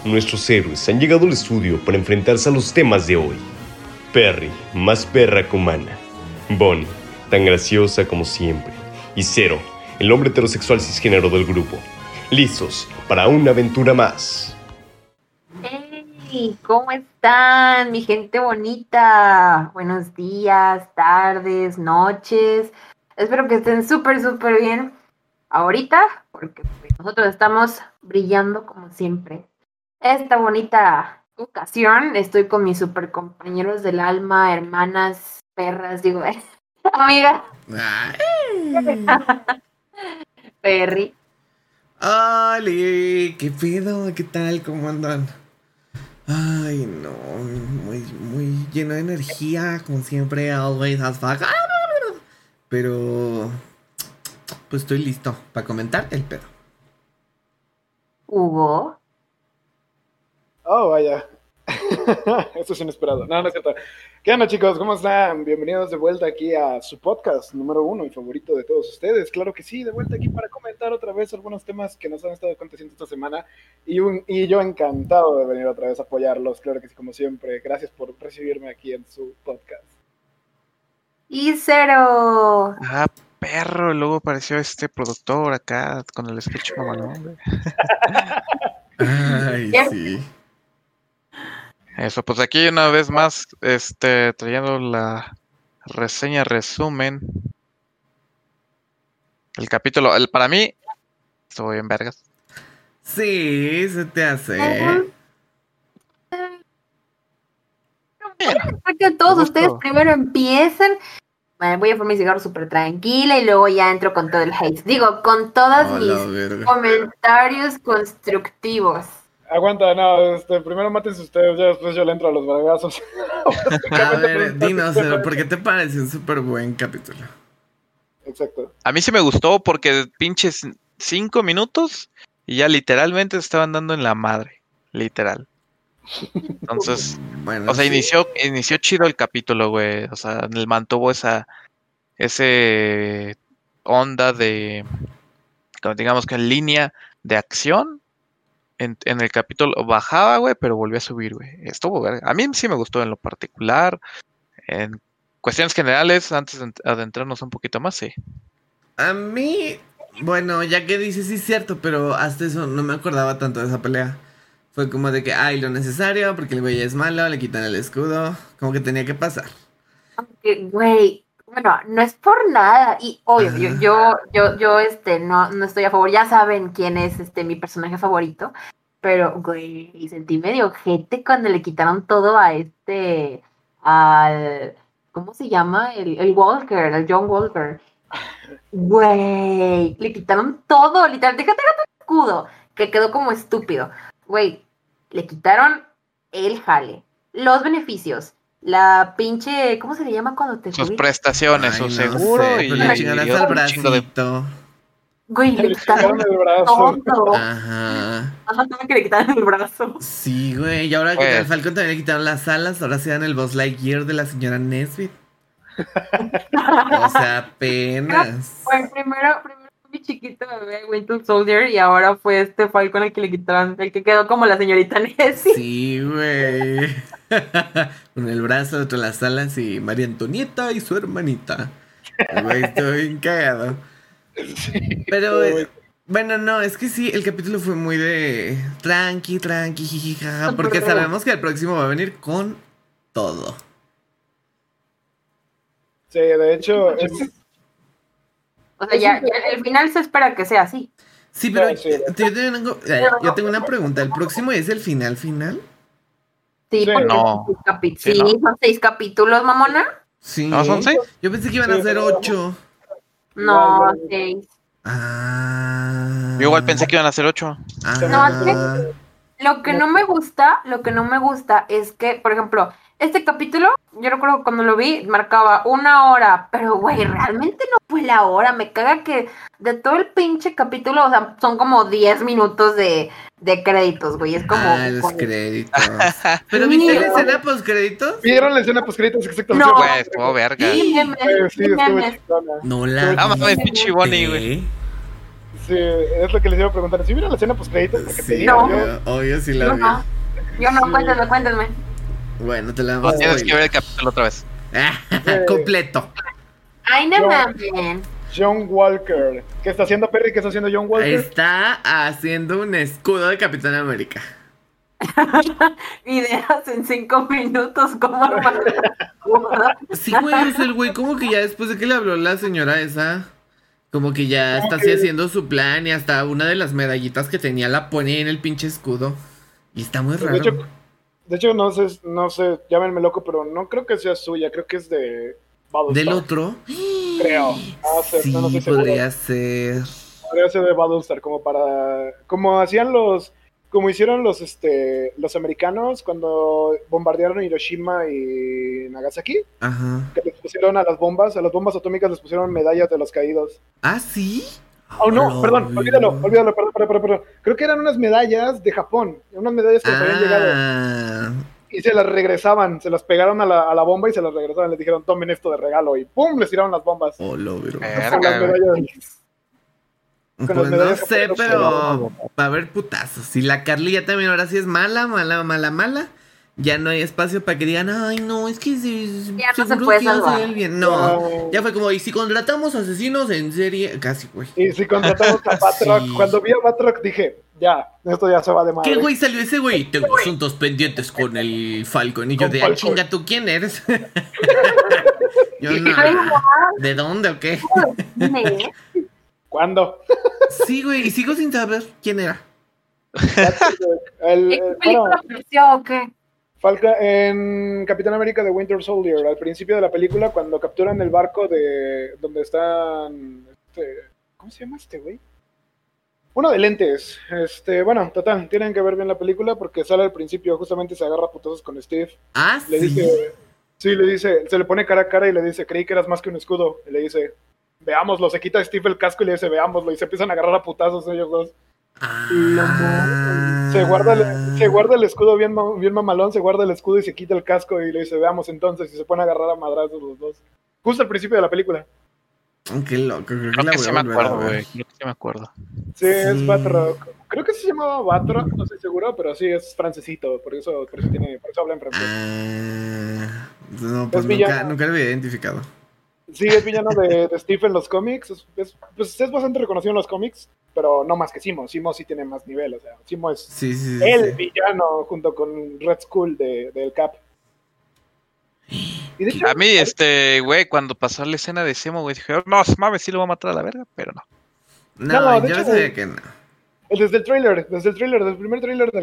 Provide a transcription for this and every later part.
nuestros héroes han llegado al estudio para enfrentarse a los temas de hoy. Perry, más perra que humana. Bonnie, tan graciosa como siempre. Y Zero, el hombre heterosexual cisgénero del grupo. Listos para una aventura más. ¡Hey! ¿Cómo están, mi gente bonita? Buenos días, tardes, noches. Espero que estén súper bien ahorita, porque pues, nosotros estamos brillando como siempre. Esta bonita ocasión estoy con mis super compañeros del alma, hermanas, perras, digo, amiga. Perry. ¡Oli! ¿Qué pedo? ¿Qué tal? ¿Cómo andan? Ay, no, muy lleno de energía, como siempre, always as fuck. Pero, pues estoy listo para comentar el pedo. Hugo. Oh, vaya. Esto es inesperado. No es cierto. ¿Qué onda, chicos? ¿Cómo están? Bienvenidos de vuelta aquí a su podcast número 1 y favorito de todos ustedes. Claro que sí, de vuelta aquí para comentar otra vez algunos temas que nos han estado aconteciendo esta semana. Y yo encantado de venir otra vez a apoyarlos. Claro que sí, como siempre. Gracias por recibirme aquí en su podcast. Y Zero. Ah, perro, luego apareció este productor acá con el speech mamalón, güey. Ay, sí. Eso, pues aquí una vez más, trayendo la reseña resumen. El capítulo, para mí, estuvo bien vergas. Sí, se te hace. Que todos ustedes primero empiecen. Bueno, voy a fumar mi cigarro súper tranquila y luego ya entro con todo el hate. Digo, con todos mis comentarios constructivos. Aguanta, no, primero mátense ustedes, ya después yo le entro a los vergazos. A ver, dinos, ¿por qué te pareció un súper buen capítulo? Exacto. A mí sí me gustó porque pinches 5 minutos y ya literalmente estaban dando en la madre. Literal. Entonces, bueno, o sea, sí. inició chido el capítulo, güey. O sea, mantuvo ese onda de, como digamos que en línea de acción. En el capítulo bajaba, güey, pero volvió a subir, güey. Estuvo, güey. A mí sí me gustó en lo particular. En cuestiones generales, antes de adentrarnos un poquito más, sí. A mí, bueno, ya que dices, sí es cierto, pero hasta eso no me acordaba tanto de esa pelea. Fue como de que, lo necesario, porque el güey es malo, le quitan el escudo, como que tenía que pasar. Güey, bueno, no es por nada, y obvio, yo no estoy a favor, ya saben quién es mi personaje favorito, pero, güey, sentí medio ojete cuando le quitaron todo a al, ¿cómo se llama? El Walker, el John Walker. Güey, le quitaron todo, literal, déjate el escudo, que quedó como estúpido. Güey, le quitaron el jale, los beneficios, la pinche, ¿cómo se le llama cuando te sus subes? prestaciones, su seguro sé, pero le chingarás al bracito. Güey, le quitaron el brazo. todo. Ajá. Que le quitaron el brazo. Sí, güey, y ahora que al Falcon también le quitaron las alas, ahora se dan el Buzz Lightyear de la señora Nesbitt. O sea, apenas. Bueno, primero mi chiquito bebé Winter Soldier y ahora fue Falcon el que le quitaron, el que quedó como la señorita Nessie. Sí, güey. Con el brazo, otro las alas y María Antonieta y su hermanita. Güey, estoy bien cagado. Sí, pero, bueno, no, es que sí, el capítulo fue muy de tranqui, jijijaja, porque sabemos que el próximo va a venir con todo. Sí, de hecho, o sea, ya el final se espera que sea así. Sí, pero yo tengo una pregunta. ¿El próximo es el final? Sí, porque no. Son 6 capítulos, mamona. Sí. ¿No son 6? Yo pensé que iban a ser 8. No, 6. Yo igual pensé que iban a ser 8. No, lo que no me gusta es que, por ejemplo, este capítulo, yo recuerdo cuando lo vi, marcaba 1 hora, pero güey, realmente no fue la hora, me caga que de todo el pinche capítulo, o sea, son como 10 minutos de créditos, güey, es como... los créditos. ¿Pero viste la escena post-créditos? ¿Vieron la escena post-créditos exactamente? No. Güey, estuvo verga. Sí, estuvo chingona. No la mames, pinche Bonnie, güey. Sí, es lo que les iba a preguntar. ¿Sí vieron la escena post créditos? Porque te Sí, digo, No. obvio sí la Yo vi. no. Yo no, Sí. cuéntame. Bueno, te la No vamos a tienes que ver el capítulo otra vez. completo. Ay, no Yo- mames. John Walker. ¿Qué está haciendo Perry? ¿Qué está haciendo John Walker? Está haciendo un escudo de Capitán América. Ideas en 5 minutos, ¿cómo armar un escudo? Sí, güey, es el güey, como que ya después de que le habló la señora esa, como que ya está así haciendo su plan y hasta una de las medallitas que tenía la pone en el pinche escudo. Y está muy raro. De hecho, no sé, llámenme loco, pero no creo que sea suya, creo que es de Battlestar. ¿Del otro? Creo. Sí, no estoy seguro. podría ser. Podría ser de Battlestar, como hicieron los americanos cuando bombardearon Hiroshima y Nagasaki, Ajá. que les pusieron a las bombas atómicas les pusieron medallas de los caídos. ¿Ah, sí? Oh, no, Hola, perdón, güey. olvídalo, perdón. Creo que eran unas medallas de Japón, unas medallas que les habían llegado. Ah, Y se las regresaban, se las pegaron a la bomba y se las regresaban. Les dijeron, tomen esto de regalo. Y ¡pum! Les tiraron las bombas. hola, bro. Con las Verga, güey. medallas. con las Pues no medallas sé, japonesas. pero va a haber putazos. Si la Carly ya también ahora sí es mala, ya no hay espacio para que digan, ay, no, es que Ya no se seguro puede que hace salvar. el bien. No, No. ya fue como, y si contratamos asesinos en serie, casi, güey. Y si contratamos a Batroc, Sí. cuando vi a Batroc dije, ya, esto ya se va de madre. ¿Qué güey salió ese güey? Tengo asuntos pendientes con el Falcon. Y yo Con de, Falcon. chinga, ¿tú quién eres? Yo no. Ay, ¿De dónde o qué? ¿qué? ¿Cuándo? Sí, güey, y sigo sin saber quién era. El, ¿En qué bueno, película apareció o qué? Falcon en Capitán América de Winter Soldier, al principio de la película, cuando capturan el barco de donde están, ¿cómo se llama este güey? Uno de lentes. Bueno, total, tienen que ver bien la película porque sale al principio, justamente se agarra a putazos con Steve. Ah, Le sí. dice, sí, le dice, se le pone cara a cara y le dice, creí que eras más que un escudo. Y le dice, veámoslo, se quita Steve el casco y le dice, veámoslo, y se empiezan a agarrar a putazos ellos dos. Ah. Se guarda el escudo bien mamalón, se guarda el escudo y se quita el casco y le dice, veamos entonces, y se pone a agarrar a madrazos los dos. Justo al principio de la película. Qué loco, creo que Creo la que voy sí a me volver a acuerdo, ver. güey. Creo que sí me acuerdo. Sí, es Sí. Batroc. Creo que se llamaba Batroc, no estoy seguro, pero sí, es francesito, por eso habla en francés. Ah, no, pues Es villano. nunca lo había identificado. Sí, es villano de Steve en los cómics, pues es bastante reconocido en los cómics, pero no más que Simo. Simo sí tiene más nivel, o sea, Simo es Sí, sí, sí. el sí. villano junto con Red Skull del Cap. Y de hecho, A mí, güey, cuando pasó la escena de Semo, güey, dije, no, mames, sí lo va a matar a la verga, pero no. No, de yo hecho, sabía que no. desde el primer trailer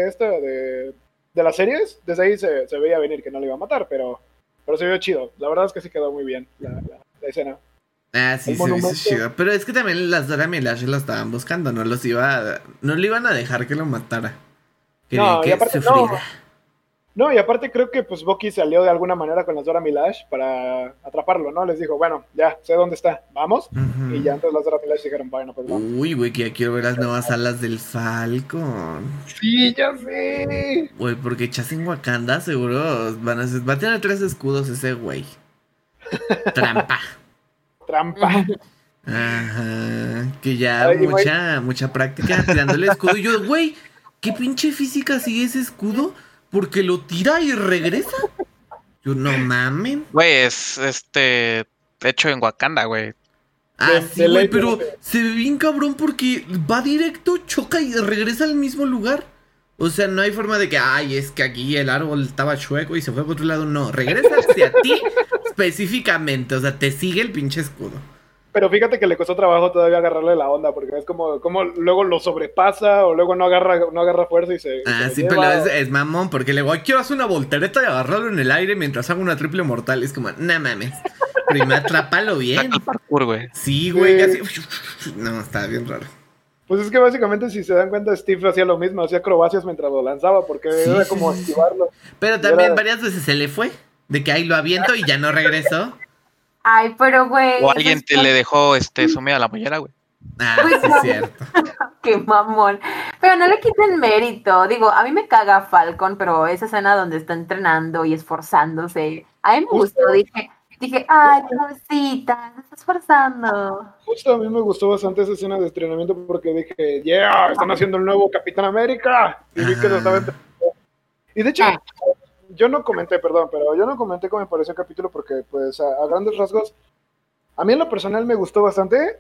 de las series, desde ahí se veía venir que no le iba a matar, pero se vio chido. La verdad es que sí quedó muy bien la escena. Ah, sí, El se me hizo monumento. chido. Pero es que también las Dora Milaje lo estaban buscando, no le iban a dejar que lo matara. Querían No, y que aparte, sufriera. No, y aparte creo que pues Bucky salió de alguna manera con las Dora Milaje para atraparlo, ¿no? Les dijo, bueno, ya, sé dónde está, vamos. Ujú. Y ya entonces las Dora Milaje dijeron, bueno, pues vamos. Uy, güey, que ya quiero ver las nuevas alas del Falcon. Sí, ya sé. Güey, porque Chas en Wakanda seguro va a tener 3 escudos ese güey. Trampa. Trampa. Ajá. Que ya Ay, mucha práctica tirándole escudo. Y yo, güey, ¿qué pinche física sigue ese escudo? Porque lo tira y regresa. Yo, no mamen. Güey, es hecho en Wakanda, güey. Ah, De sí, güey, ley, pero de- se ve bien cabrón porque va directo, choca y regresa al mismo lugar. O sea, no hay forma de que, ay, es que aquí el árbol estaba chueco y se fue por otro lado. No, regresa hacia ti específicamente. O sea, te sigue el pinche escudo. Pero fíjate que le costó trabajo todavía agarrarle la onda, porque es como luego lo sobrepasa o luego no agarra fuerza y se... Ah, se sí, lleva. pero es mamón porque le digo, ay, quiero hacer una voltereta y agarrarlo en el aire mientras hago una triple mortal. Es como, no mames. Primero atrápalo bien. Saca el parkour, güey. Sí, güey, Sí. casi. No, está bien raro. Pues es que básicamente si se dan cuenta Steve hacía lo mismo, hacía acrobacias mientras lo lanzaba, porque Sí, era sí, como sí, sí. esquivarlo. Pero también Era- varias veces se le fue. De que ahí lo aviento y ya no regresó. Ay, pero güey. O alguien eso es le dejó sumida a la mollera, güey. Ah, sí, es cierto. Qué mamón. Pero no le quiten mérito. Digo, a mí me caga Falcon, pero esa escena donde está entrenando y esforzándose, a mí me gustó. Dije, Dije, ay, pobrecita, se está esforzando. Justo a mí me gustó bastante esa escena de entrenamiento porque dije, yeah, están haciendo el nuevo Capitán América. Y vi que se estaba entrenando. Y de hecho, yo no comenté cómo me pareció el capítulo porque, pues, a grandes rasgos, a mí en lo personal me gustó bastante.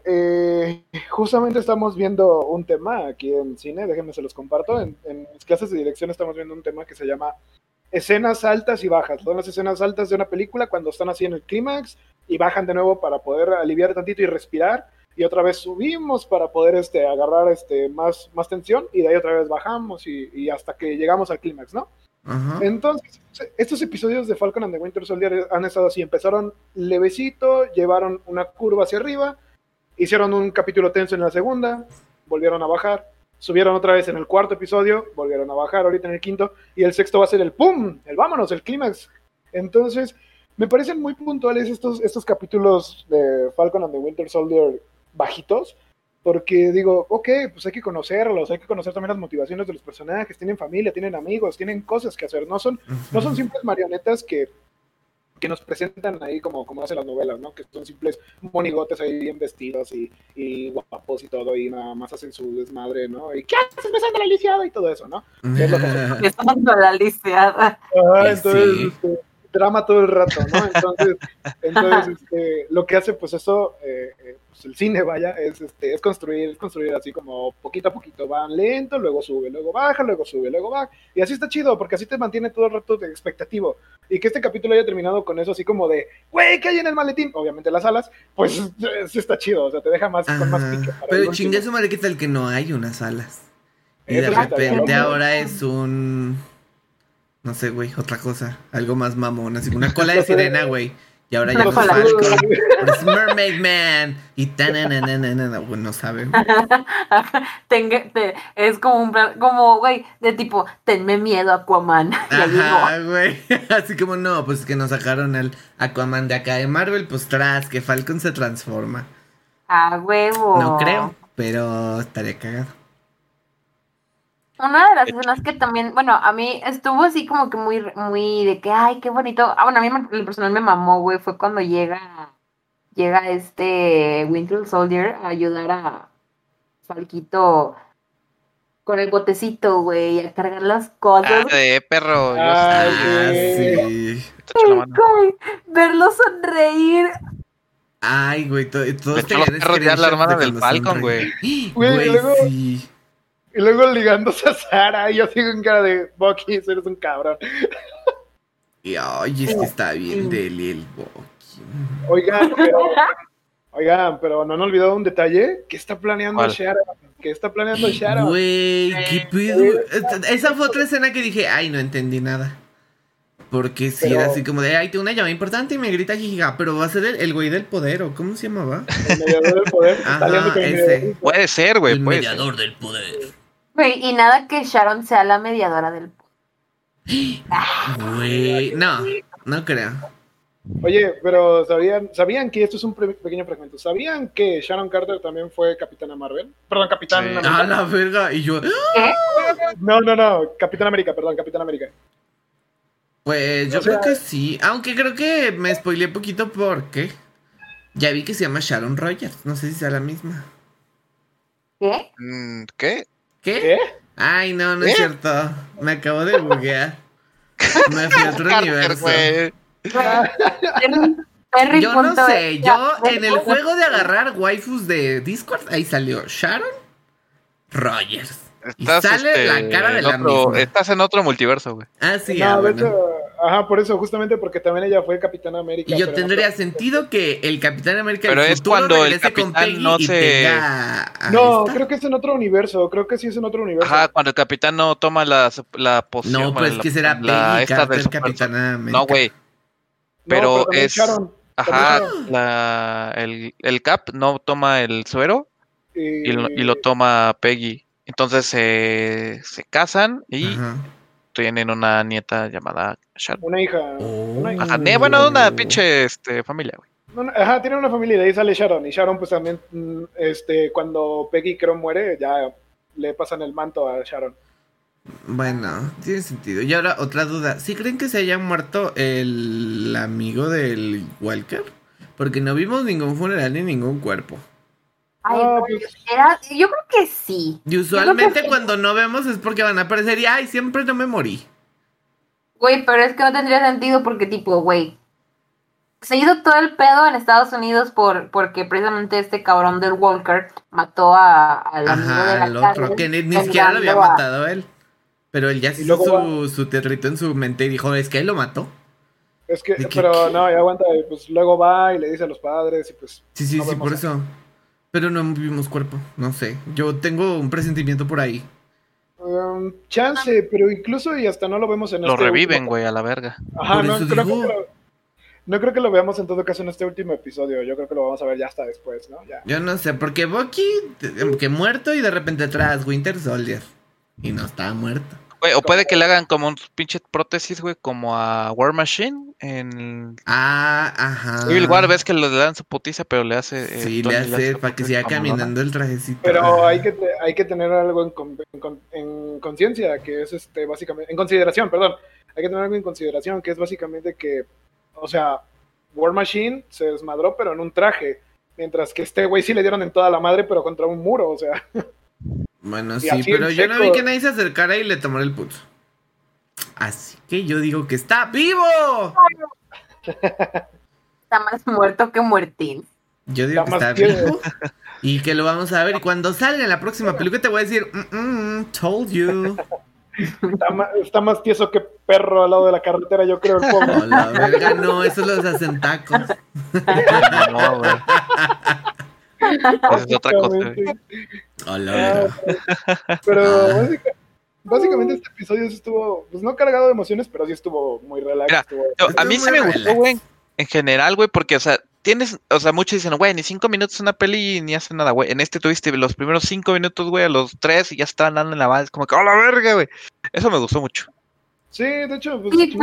Justamente estamos viendo un tema aquí en cine, déjenme se los comparto. En mis clases de dirección estamos viendo un tema que se llama escenas altas y bajas. Son las escenas altas de una película cuando están así en el clímax y bajan de nuevo para poder aliviar tantito y respirar. Y otra vez subimos para poder agarrar más tensión y de ahí otra vez bajamos y hasta que llegamos al clímax, ¿no? Ajá. Entonces, estos episodios de Falcon and the Winter Soldier han estado así, empezaron levecito, llevaron una curva hacia arriba, hicieron un capítulo tenso en la segunda, volvieron a bajar, subieron otra vez en el cuarto episodio, volvieron a bajar ahorita en el quinto, y el sexto va a ser el ¡pum! El vámonos, el clímax. Entonces, me parecen muy puntuales estos capítulos de Falcon and the Winter Soldier bajitos, porque digo, ok, pues hay que conocerlos, hay que conocer también las motivaciones de los personajes, tienen familia, tienen amigos, tienen cosas que hacer, no son simples marionetas que nos presentan ahí como hacen las novelas, ¿no? Que son simples monigotes ahí bien vestidos y guapos y todo, y nada más hacen su desmadre, ¿no? Y ¿qué haces besando a la lisiada? Y todo eso, ¿no? Es lo que hacen. Besando a la lisiada. Entonces, Sí. drama todo el rato, ¿no? Entonces lo que hace, pues eso, pues el cine, vaya, es construir así como poquito a poquito, van lento, luego sube, luego baja, luego sube, luego baja, y así está chido, porque así te mantiene todo el rato de expectativo, y que este capítulo haya terminado con eso así como de, güey, ¿qué hay en el maletín? Obviamente las alas, pues sí está chido, o sea, te deja con más pique. Pero chingue su madre, ¿qué tal que no hay unas alas? Y de Eso sí estaría repente loco. ahora es un... No sé, güey, otra cosa. Algo más mamón, así una cola de sirena, güey. Y ahora ya Una no es cola. Falcon, pero es Mermaid Man. Y tananana, güey, no sabe, güey. Es como como, güey, de tipo, tenme miedo, Aquaman. Y ahí llegó. Ajá, güey. Así como no, pues que nos sacaron el Aquaman de acá de Marvel, pues tras que Falcon se transforma. A huevo. No creo, pero estaría cagado. Una de las escenas que también, bueno, a mí estuvo así como que muy de que, ay, qué bonito. Ah, bueno, a mí en lo personal me mamó, güey, fue cuando llega Winter Soldier a ayudar a Falquito con el botecito, güey, a cargar las cosas. De perro, yo Ah, Sí. te echo la mano. Ay, verlo sonreír. Ay, güey, todos Le echó los tenían perros ya a la screenshots hermana de del cuando Falcon, sonreí. Güey, Güey, luego- sí. Y luego ligándose a Sara, y yo sigo en cara de, Bucky, eres un cabrón. Y ay, es que está bien deli el Bucky. Oigan, pero no han olvidado un detalle que está planeando ¿Cuál? Sharon. Que está planeando Sharon. Güey, qué pedo. Esa fue otra escena que dije, ay, no entendí nada. Porque sí, Pero- era así como de, ay, tengo una llamada importante y me grita Giga, pero va a ser el güey del poder, ¿o cómo se llamaba? El mediador del poder. Ajá, está aliando con el ese. mediador del poder. Puede ser, güey, El puede ser. mediador del poder. Güey, y nada que Sharon sea la mediadora del... Güey, no creo. Oye, pero ¿sabían que esto es un pequeño fragmento? ¿Sabían que Sharon Carter también fue Capitana Marvel? Perdón, Capitán Sí. América. A la verga, y yo, ¿Qué? No, Capitán América, perdón, Capitán América. pues yo O sea- creo que sí, aunque creo que me spoileé poquito porque ya vi que se llama Sharon Rogers, no sé si sea la misma. ¿Qué? ¿Qué? ¿Qué? ¿Qué? Ay, no es ¿Qué? cierto. Me acabo de buguear. Me fui a otro Carter, universo. güey. Perry Yo no punto sé, es. yo en el juego de agarrar waifus de Discord, ahí salió Sharon Rogers. Y sale la cara de la en otro- misma. Estás en otro multiverso, güey. Ah, sí, No, de bueno. hecho, ajá, por eso, justamente porque también ella fue Capitana América. Y yo pero tendría no- sentido que el Capitán América Pero del es futuro cuando el regrese con Capitán Peggy no y se- tenga a No, esta. creo que es en otro universo, creo que sí es en otro universo. Ajá, cuando el capitán no toma la poción. No, pues bueno, que será Peggy esta Carter, del super- Capitana América. No, güey. No, Pero también es. Sharon, Ajá, también el Cap no toma el suero y lo toma Peggy. Entonces se casan y Ajá. tienen una nieta llamada Sharon. Una hija. Oh. Una hija. Ajá, bueno, una pinche familia, güey. Ajá, tiene una familia y de ahí sale Sharon. Y Sharon, pues también, cuando Peggy creo muere, ya le pasan el manto a Sharon. Bueno, tiene sentido. Y ahora otra duda. ¿Sí creen que se haya muerto el amigo del Walker? Porque no vimos ningún funeral ni ningún cuerpo. Ay, No, pues, pues, yo creo que sí. Y Yo creo usualmente que sí. cuando no vemos es porque van a aparecer y ¡ay, siempre no me morí! Güey, pero es que no tendría sentido porque tipo, güey, se hizo todo el pedo en Estados Unidos porque precisamente este cabrón del Walker mató al amigo de Ajá, la al otro, cárcel, que ni siquiera lo había vengando a- matado él. Pero él ya se Y hizo luego su teatrito en su mente y dijo, es que él lo mató. es que, ¿De qué? pero no, ya aguanta, y pues luego va y le dice a los padres y pues... Sí, no sí, vemos por a- eso. Pero no vimos cuerpo, no sé. Yo tengo un presentimiento por ahí. Chance, pero incluso y hasta no lo vemos en Lo este reviven, último- güey, a la verga. Ajá, Por no, eso creo digo. que no creo que lo veamos en todo caso en este último episodio. Yo creo que lo vamos a ver ya hasta después, ¿no? Ya. Yo no sé, porque Bucky, que muerto y de repente atrás Winter Soldier. Y no estaba muerto. Güey, o puede que le hagan como un pinche prótesis, güey, como a War Machine en Ah, ajá. Civil War. Ves que le dan su putiza, pero le hace... Sí, Tony le hace la para que prótesis siga mamalona. caminando el trajecito. Pero Ajá. hay que tener algo en conciencia, que es básicamente, en consideración, perdón. Hay que tener algo en consideración, que es básicamente que, o sea, War Machine se desmadró, pero en un traje. Mientras que este güey sí le dieron en toda la madre, pero contra un muro, o sea. Bueno, Y sí, así pero en yo no seco. vi que nadie se acercara y le tomara el pulso. Así que yo digo que está vivo. Está más muerto que muertín. Yo digo Está que más está vivo. Y que lo vamos a ver. Y cuando salga en la próxima película te voy a decir, told you. Está más tieso que perro al lado de la carretera, yo creo, el pobre. Oh, la verga, no, esos los hacen tacos. No, güey. Esa es otra cosa, güey. Básicamente. Oh, la Ah, verga. pero Ah. básicamente este episodio sí estuvo, pues no cargado de emociones, pero sí estuvo muy relax. Mira, estuvo- A mí Estuvo sí me muy gustó, relax. güey, en general, güey, porque, o sea, muchos dicen, güey, ni 5 minutos una peli y ni hace nada, güey. En este tuviste los primeros 5 minutos, güey, a los 3 y ya estaban dando en la base, como que, ¡oh, la verga, güey! Eso me gustó mucho. Sí, de hecho, pues, Sí,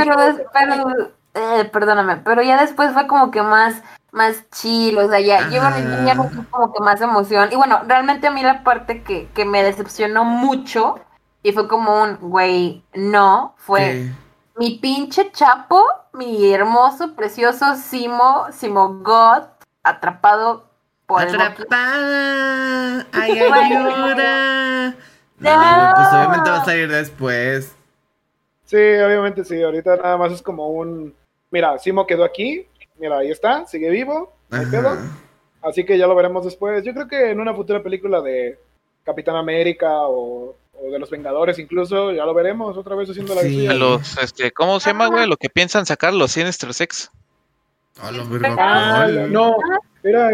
perdóname, pero ya después fue como que más chill, o sea, ya Ajá. no fue como que más emoción. Y bueno, realmente a mí la parte que me decepcionó mucho y fue como un, güey, no, fue ¿Qué? mi pinche Chapo, mi hermoso, precioso Simo God, atrapado por el Bucky. Atrapada. Ay, Bueno. ayuda. No, No. güey, pues obviamente va a salir después. Sí, obviamente sí, ahorita nada más es como mira, Simo quedó aquí, mira, ahí está, sigue vivo, no hay pedo. Ajá. Así que ya lo veremos después. Yo creo que en una futura película de Capitán América o de los Vengadores incluso, ya lo veremos otra vez haciendo la Sí. suya. A los, ¿cómo se llama, güey? Lo que piensan sacar, los Sinister Six. Oh, la verga. Ah, ¿cuál? no, era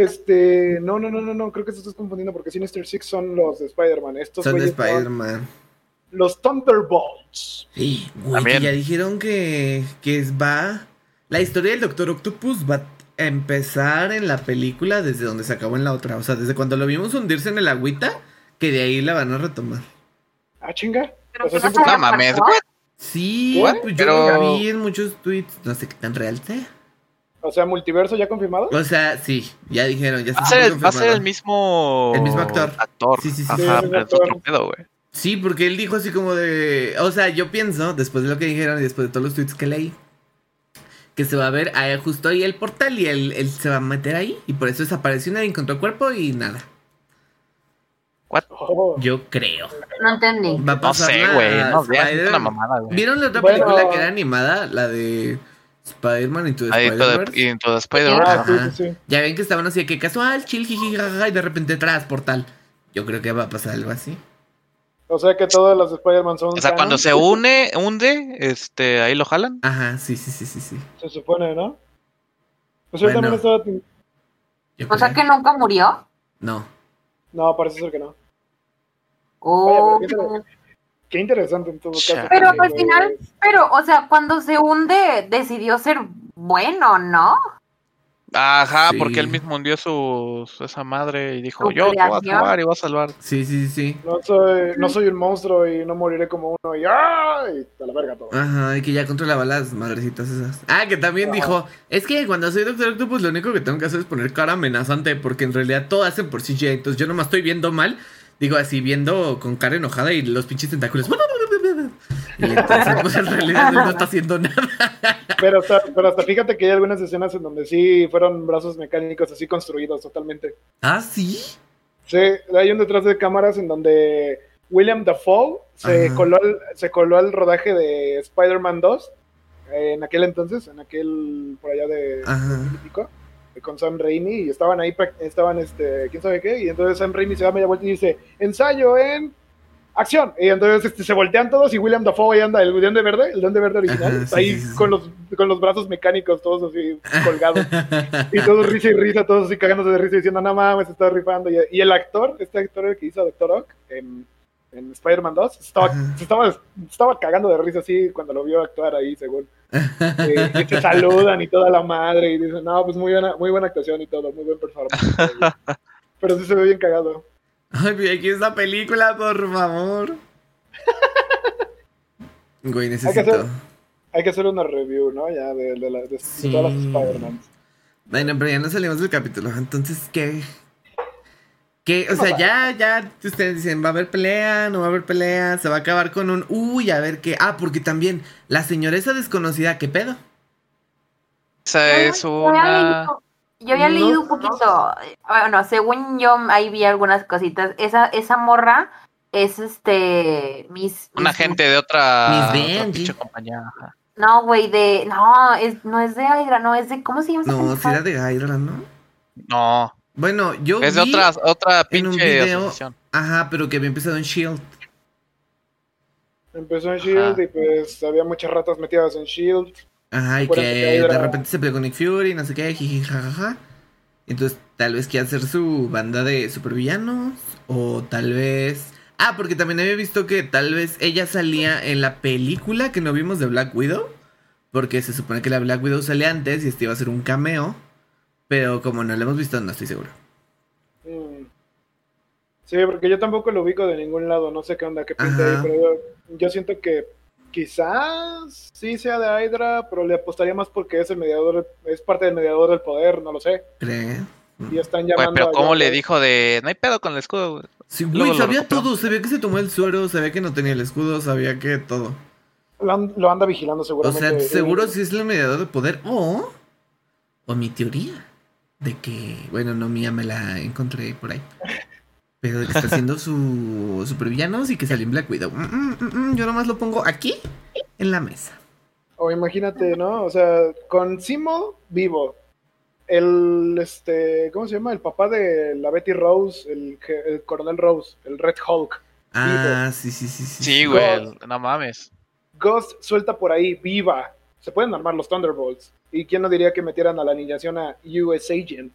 no, creo que te estás confundiendo porque Sinister Six son los de Spider-Man. Estos Son de güeyes son Spider-Man. los Thunderbolts. Sí, güey, También. que ya dijeron que va. La historia del Doctor Octopus va a empezar en la película desde donde se acabó en la otra. O sea, desde cuando lo vimos hundirse en el agüita, que de ahí la van a retomar. Ah, chinga. Pero O sea, que no siempre- se No mames, pasó. güey. Sí, ¿What? pues yo Pero- lo vi en muchos tweets. No sé qué tan real sea. O sea, multiverso ya confirmado. O sea, sí, ya dijeron, ya Va a está ser, todo va a ser confirmado. el mismo... El mismo actor. Sí, sí, sí. Ajá, Sí, el mismo pero es actor. otro pedo, güey. Sí, porque él dijo así como de... O sea, yo pienso, después de lo que dijeron y después de todos los tweets que leí, que se va a ver ahí, justo ahí el portal y él se va a meter ahí. Y por eso desapareció, nadie encontró el cuerpo y nada. Oh. Yo creo. No entendí. Va a No pasar sé, la güey. No, ya es Spider- una mamada, güey. ¿Vieron la otra Bueno. película que era animada? La de Spider-Man Into the Ahí Spider-Verse. en toda Spider-Verse. Ah, sí, Ajá. sí, sí. Ya ven que estaban así de que casual, chill, jiji, jajaja, y de repente atrás, portal. Yo creo que va a pasar algo así. O sea que todas las de Spider-Man son O sea, cuando canon, se hunde, ahí lo jalan. Ajá, sí. se supone, ¿no? Pues Bueno. yo también estaba... Yo O sea creo. que nunca murió. No. No, parece ser que no. Oh. Vaya, pero qué interesante en todo caso. Chale. Pero porque, al final, o sea, cuando se hunde, decidió ser bueno, ¿no? Ajá, Sí. porque él mismo hundió esa madre y dijo, Su yo te voy a creación. salvar y voy a salvar. Sí. No soy un monstruo y no moriré como uno y ¡ay! A la verga todo. Ajá, y que ya controlaba las madrecitas esas. Ah, que también dijo, es que cuando soy Doctor Octopus lo único que tengo que hacer es poner cara amenazante, porque en realidad todo hacen por CGI, entonces yo nomás estoy viendo mal, digo así, viendo con cara enojada y los pinches tentáculos. Y entonces, pues en realidad él no está haciendo nada. Pero hasta fíjate que hay algunas escenas en donde sí fueron brazos mecánicos así construidos totalmente. ¿Ah, sí? Sí, hay un detrás de cámaras en donde William Dafoe se Ajá. coló al rodaje de Spider-Man 2 en aquel entonces, por allá de Ajá. 2000 y pico, con Sam Raimi, y estaban ahí, quién sabe qué, y entonces Sam Raimi se da media vuelta y dice, ensayo en acción, y entonces se voltean todos y William Dafoe ahí anda, el Duende Verde original, Ajá, está sí, ahí sí, sí. con los brazos mecánicos todos así colgados, y todos risa y risa, todos así cagándose de risa diciendo, no mames, se está rifando, y el actor, este actor que hizo a Dr. Ock en Spider-Man 2, se estaba cagando de risa así cuando lo vio actuar ahí, según. Y se saludan y toda la madre y dicen, no, pues muy buena actuación y todo, muy buen performance. Pero sí se ve bien cagado. Ay, vi aquí esta película, por favor. Güey, necesito. Hay que hacer una review, ¿no? Ya de Sí. todas las Spider-Man. Bueno, pero ya no salimos del capítulo. Entonces, ¿qué? O sea, ya ustedes dicen, ¿va a haber pelea? ¿No va a haber pelea? ¿Se va a acabar con un uy, a ver qué? Ah, porque también la señora esa desconocida, ¿qué pedo? Esa es una... Yo había leído un poquito, bueno, según yo ahí vi algunas cositas. Esa morra es Una gente de otra Benji. pinche compañía. Ajá. No, güey, no es de Hydra, no, es de, ¿cómo se llama? No, si era de Hydra, ¿no? No, Bueno, yo es de vi otra en un pinche video, asociación. ajá, pero que había empezado en S.H.I.E.L.D. Empezó en S.H.I.E.L.D. y pues había muchas ratas metidas en S.H.I.E.L.D. Ajá, y Acuérdate que que Hydra- de repente se peleó con Nick Fury, no sé qué, jiji, jajaja. Entonces, tal vez quiera hacer su banda de supervillanos. O tal vez. Ah, porque también había visto que tal vez ella salía en la película que no vimos de Black Widow. Porque se supone que la Black Widow sale antes y este iba a ser un cameo. Pero como no lo hemos visto, no estoy seguro. Sí, porque yo tampoco lo ubico de ningún lado, no sé qué onda, qué pinta Ajá. ahí, pero yo siento que quizás sí sea de Hydra, pero le apostaría más porque es el mediador, es parte del mediador del poder, no lo sé. ¿Crees? Y están Güey, llamando pero ¿cómo a le dijo de no hay pedo con el escudo, güey? Sí, Luego güey, lo sabía recuperó. todo. Sabía que se tomó el suero, sabía que no tenía el escudo, sabía que todo. lo anda vigilando O seguramente. sea, seguro sí es el mediador de poder. O mi teoría de que, bueno, no mía, me la encontré por ahí. Pero de que está haciendo su supervillanos y que salió en Black Widow. Yo nomás lo pongo aquí en la mesa. O imagínate, ¿no? O sea, con Simo vivo. ¿Cómo se llama? El papá de la Betty Rose, el coronel Rose, el Red Hulk. Ah, sí. Sí, güey, no mames. Ghost suelta por ahí, viva. Se pueden armar los Thunderbolts. ¿Y quién no diría que metieran a la alineación a US Agent?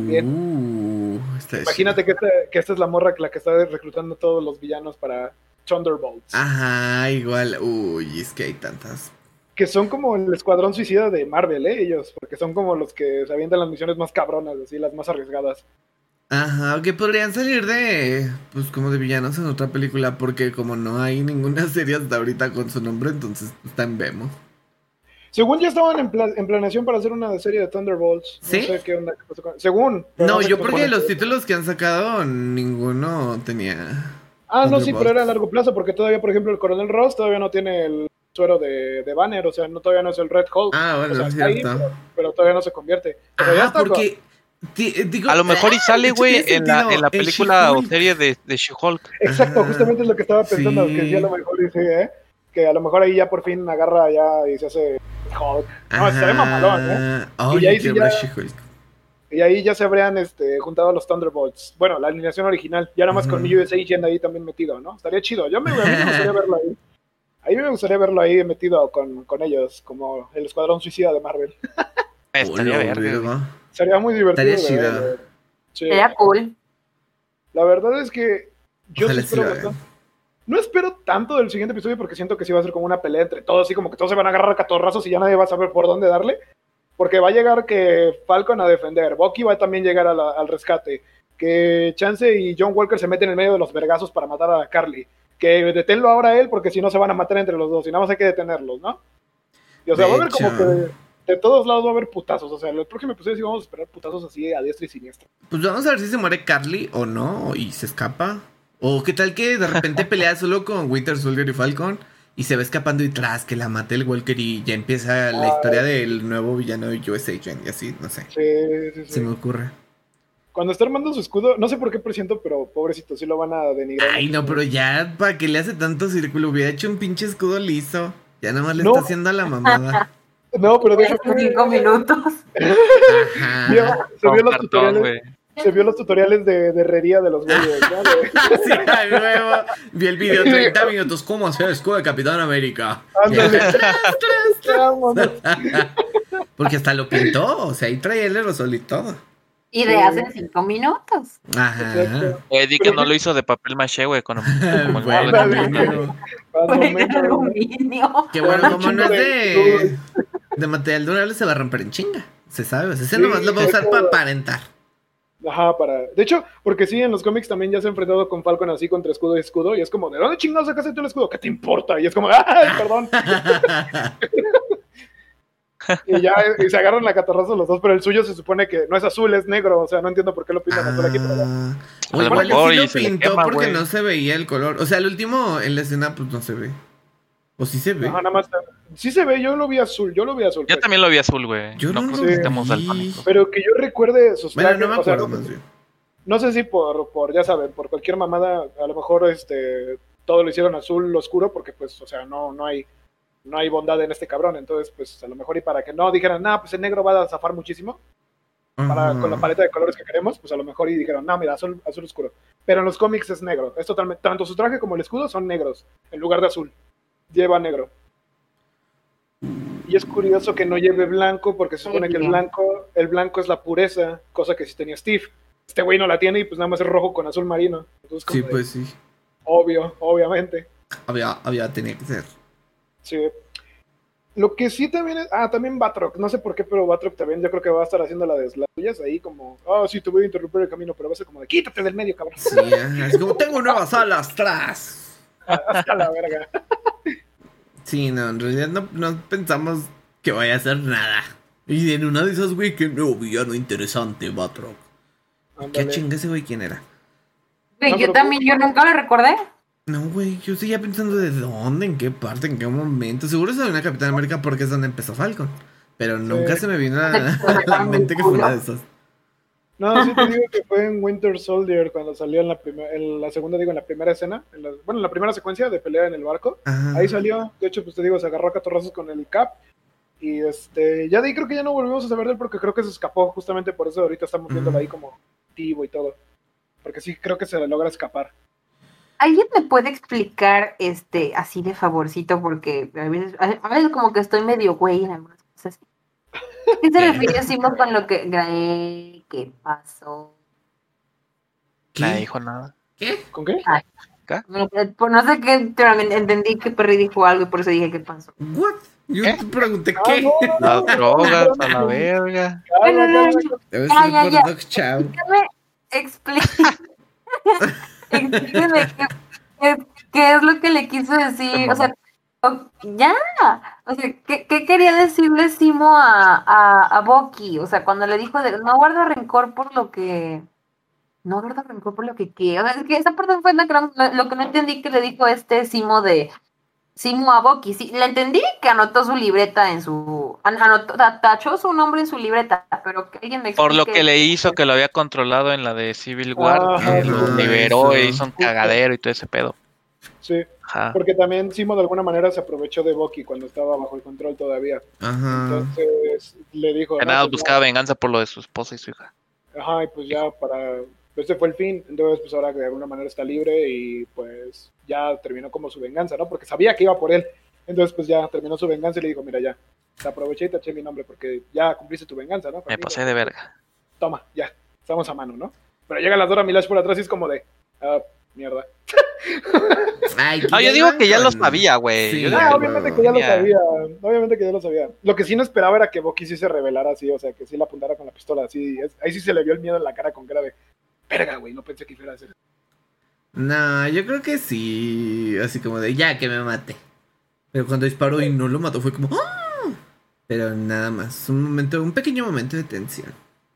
También. Está Imagínate que esta es la morra la que está reclutando a todos los villanos para Thunderbolts. Ajá, igual. Uy, es que hay tantas. Que son como el escuadrón suicida de Marvel, ellos. Porque son como los que se avientan las misiones más cabronas, así, las más arriesgadas. Ajá, que podrían salir pues como de villanos en otra película, porque como no hay ninguna serie hasta ahorita con su nombre, entonces está en vemos. Según ya estaban en planeación para hacer una serie de Thunderbolts. ¿Sí? No sé qué onda. Según. No, sé yo qué porque nos los ponen. títulos que han sacado, ninguno tenía. Ah, no, sí, Thunderbolts. pero era a largo plazo, porque todavía, por ejemplo, el Coronel Ross todavía no tiene el suero de Banner, o sea, todavía no es el Red Hulk. Ah, bueno, o sea, es está ahí, cierto. pero todavía no se convierte. Pero ya Ah, está. porque. Digo, A lo mejor y sale, de hecho, güey, tiene en la sentido. película o She-Hulk. serie de She-Hulk. Exacto, Ajá. justamente es lo que estaba pensando, Sí. que sí, a lo mejor dice, que a lo mejor ahí ya por fin agarra ya y se hace Hulk. No, estaría mamalón, Ay, Y ahí sí quiero ver ya- She-Hulk. Y ahí ya se habrían juntado los Thunderbolts. Bueno, la alineación original, ya nada más con Ujú. US Agent ahí también metido, ¿no? Estaría chido. A mí me gustaría verlo ahí. A mí me gustaría verlo ahí metido con ellos, como el escuadrón suicida de Marvel. Estaría Hola, verga, Virgo. güey. Sería muy divertido. Estaría de chido. ver. Sí. Sería cool. La verdad es que yo Ojalá sí sí espero lo bastante. hagan. No espero tanto del siguiente episodio porque siento que sí va a ser como una pelea entre todos, así como que todos se van a agarrar a catorrazos y ya nadie va a saber por dónde darle. Porque va a llegar que Falcon a defender, Bucky va a también llegar al rescate, que Chance y John Walker se meten en medio de los vergazos para matar a Carly, que deténlo ahora a él porque si no se van a matar entre los dos y nada más hay que detenerlos, ¿no? Y o sea, De va a haber como hecho. que de todos lados va a haber putazos, o sea, el próximo episodio sí vamos a esperar putazos así a diestra y siniestra. Pues vamos a ver si se muere Carly o no, y se escapa. O qué tal que de repente pelea solo con Winter Soldier y Falcon Y se va escapando y tras que la mate el Walker y ya empieza la historia del nuevo villano de US Agent y así, no sé. Sí. Se me ocurre. Cuando está armando su escudo, no sé por qué presiento, pero pobrecito, sí lo van a denigrar. Ay, no, pero ya, ¿para qué le hace tanto círculo? Hubiera hecho un pinche escudo liso. Ya nada más le No. está haciendo a la mamada. No, pero deja Por 5 minutos. Ajá. se vio Con los cartón, tutoriales. güey. Se vio los tutoriales de herrería de los güeyes, ¿no? Sí, a huevo. Vi el video 30 minutos. ¿Cómo hacer el escudo de Capitán América? Ándale. Vámonos. Porque hasta lo pintó. O sea, ahí traía el aerosol y todo. Y de hace 5 minutos. Ajá. Exacto. Di que no lo hizo de papel maché, güey, como el Bueno, modelo de Ándale. Capitán. Más o Fue de menos. aluminio. Que bueno, como no es de- de material durable, se va a romper en chinga. Se sabe. O sea, ese Sí, nomás lo va a usar eso- para aparentar. Ajá, de hecho, porque sí, en los cómics también ya se ha enfrentado con Falcon así contra escudo y escudo, y es como, ¿de dónde chingados sacaste tú el escudo? ¿Qué te importa? Y es como, ¡ay, perdón! Y ya y se agarran la catarrazo los dos, pero el suyo se supone que no es azul, es negro, o sea, no entiendo por qué lo pintan azul aquí, pero ya. O A lo igual mejor sí y lo se le pintó quema, porque güey. no se veía el color. O sea, el último en la escena, pues no se ve. O sí se ve. Ajá, nada más. Sí se ve, yo lo vi azul. Yo Pues. también lo vi azul, güey. Yo no creo lo que estemos vi. daltónicos. Pero que yo recuerde sus Bueno, trajes, no me o sea, acuerdo más bien. no sé si ya saben, por cualquier mamada, a lo mejor todo lo hicieron azul oscuro, porque pues, o sea, no hay bondad en este cabrón, entonces pues a lo mejor y para que no dijeran, pues el negro va a zafar muchísimo, Ajá. con la paleta de colores que queremos, pues a lo mejor y dijeron, mira, azul oscuro. Pero en los cómics es negro, es totalmente, tanto su traje como el escudo son negros, en lugar de azul, lleva negro. Y es curioso que no lleve blanco, porque se supone que el blanco es la pureza, cosa que sí tenía Steve. Este güey no la tiene y pues nada más es rojo con azul marino. Entonces, como Sí, de, pues sí. obviamente. Tenía que ser. Sí. Lo que sí también es. También Batroc. No sé por qué, pero Batroc también yo creo que va a estar haciendo las suyas ahí como. Sí, te voy a interrumpir el camino, pero va a ser como de quítate del medio, cabrón. Sí, es como tengo nuevas alas tras. Hasta la verga. Sí, no, en realidad no pensamos que vaya a hacer nada. Y en una de esas, güey, que nuevo villano interesante, Batroc. ¿Qué Ándale. chinga ese güey quién era? Güey, No, yo pero- también, yo nunca lo recordé. No, güey, yo seguía pensando de dónde, en qué parte, en qué momento. Seguro es de una Capitán América porque es donde empezó Falcon. Pero nunca se me vino a la mente que fue una de esas. No, sí te digo que fue en Winter Soldier cuando salió en la primera escena, en la primera secuencia de pelea en el barco. Ajá. Ahí salió, de hecho, pues te digo, se agarró a catorrazos con el Cap. Y ya de ahí creo que ya no volvimos a saber de él porque creo que se escapó, justamente por eso ahorita estamos viéndolo ahí como activo y todo. Porque sí creo que se le logra escapar. ¿Alguien me puede explicar así de favorcito? Porque a veces como que estoy medio güey en algunas cosas. ¿Qué se refiere Simo con lo que ¿qué pasó? Nadie dijo nada. ¿Qué? ¿Con qué? No sé qué, pero entendí que Perry dijo algo y por eso dije qué pasó. ¿What? Yo ¿Qué? te pregunté Ah, qué. no, Las drogas a la verga. Debe Ya, ser ya, por ya. Doc Chow. Explíqueme qué es lo que le quiso decir. O sea, ya. O sea, ¿qué quería decirle Simo a Bucky? O sea, cuando le dijo no guardo rencor por lo que. No guardo rencor por lo que quiero. O sea, es que esa parte fue lo que no entendí que le dijo Simo a Bucky. Sí, le entendí que anotó su libreta en su. Tachó su nombre en su libreta, pero que alguien me explique. Por lo que le hizo que lo había controlado en la de Civil War, Ajá, que lo liberó e hizo un cagadero y todo ese pedo. Sí, Ajá. porque también Simo de alguna manera se aprovechó de Bucky cuando estaba bajo el control todavía. Ajá. Entonces le dijo. Que "No, nada, pues, buscaba venganza por lo de su esposa y su hija. Ajá, y pues ya ese fue el fin, entonces pues ahora de alguna manera está libre y pues ya terminó como su venganza, ¿no? Porque sabía que iba por él, entonces pues ya terminó su venganza y le dijo, mira ya, te aproveché y te eché mi nombre porque ya cumpliste tu venganza, ¿no? Me Conmigo. pasé de verga. Toma, ya, estamos a mano, ¿no? Pero llega la Dora Milaje por atrás y es como de, mierda. Ay, No, yo digo que ya lo sabía, güey. Sí, Yo digo Obviamente que ya lo tenía- sabía, obviamente que ya lo sabía. Lo que sí no esperaba era que Bucky sí se revelara así, o sea, que sí la apuntara con la pistola así, ahí sí se le vio el miedo en la cara con cara de, verga, güey, no pensé que fuera a hacer. No, yo creo que sí. Así como de ya que me mate. Pero cuando disparó y no lo mató fue como ¡ah! Pero nada más. Un pequeño momento de tensión.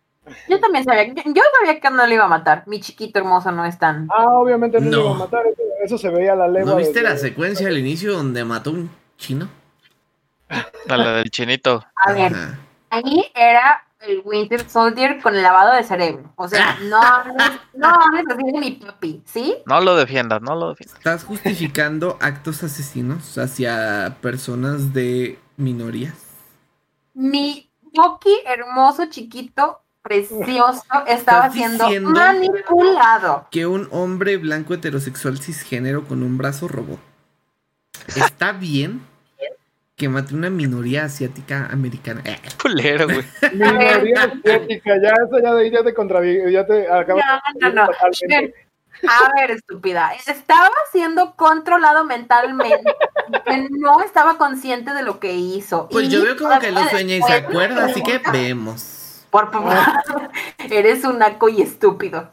Yo también sabía, yo sabía que no le iba a matar. Mi chiquito hermoso no es tan. Obviamente no, No. lo iba a matar, eso se veía a la legua. ¿No viste desde- la secuencia al inicio donde mató a un chino? A la del chinito. A ver, Ajá. ahí era el Winter Soldier con el lavado de cerebro. O sea, no hables así de mi papi, ¿sí? No lo defiendas, no lo defiendas. ¿Estás justificando actos asesinos hacia personas de minorías? Mi Bucky hermoso, chiquito, precioso, estaba ¿Estás siendo diciendo? manipulado. Que un hombre blanco heterosexual cisgénero con un brazo robot está bien que mate una minoría asiática americana. Culero, güey. Minoría asiática, ya eso ya te contraví, ya te acabas No. totalmente. A ver, estúpida, estaba siendo controlado mentalmente, que no estaba consciente de lo que hizo. Pues Y yo veo como que lo sueña y se después- acuerda, así que vemos. Por favor, eres un naco y estúpido.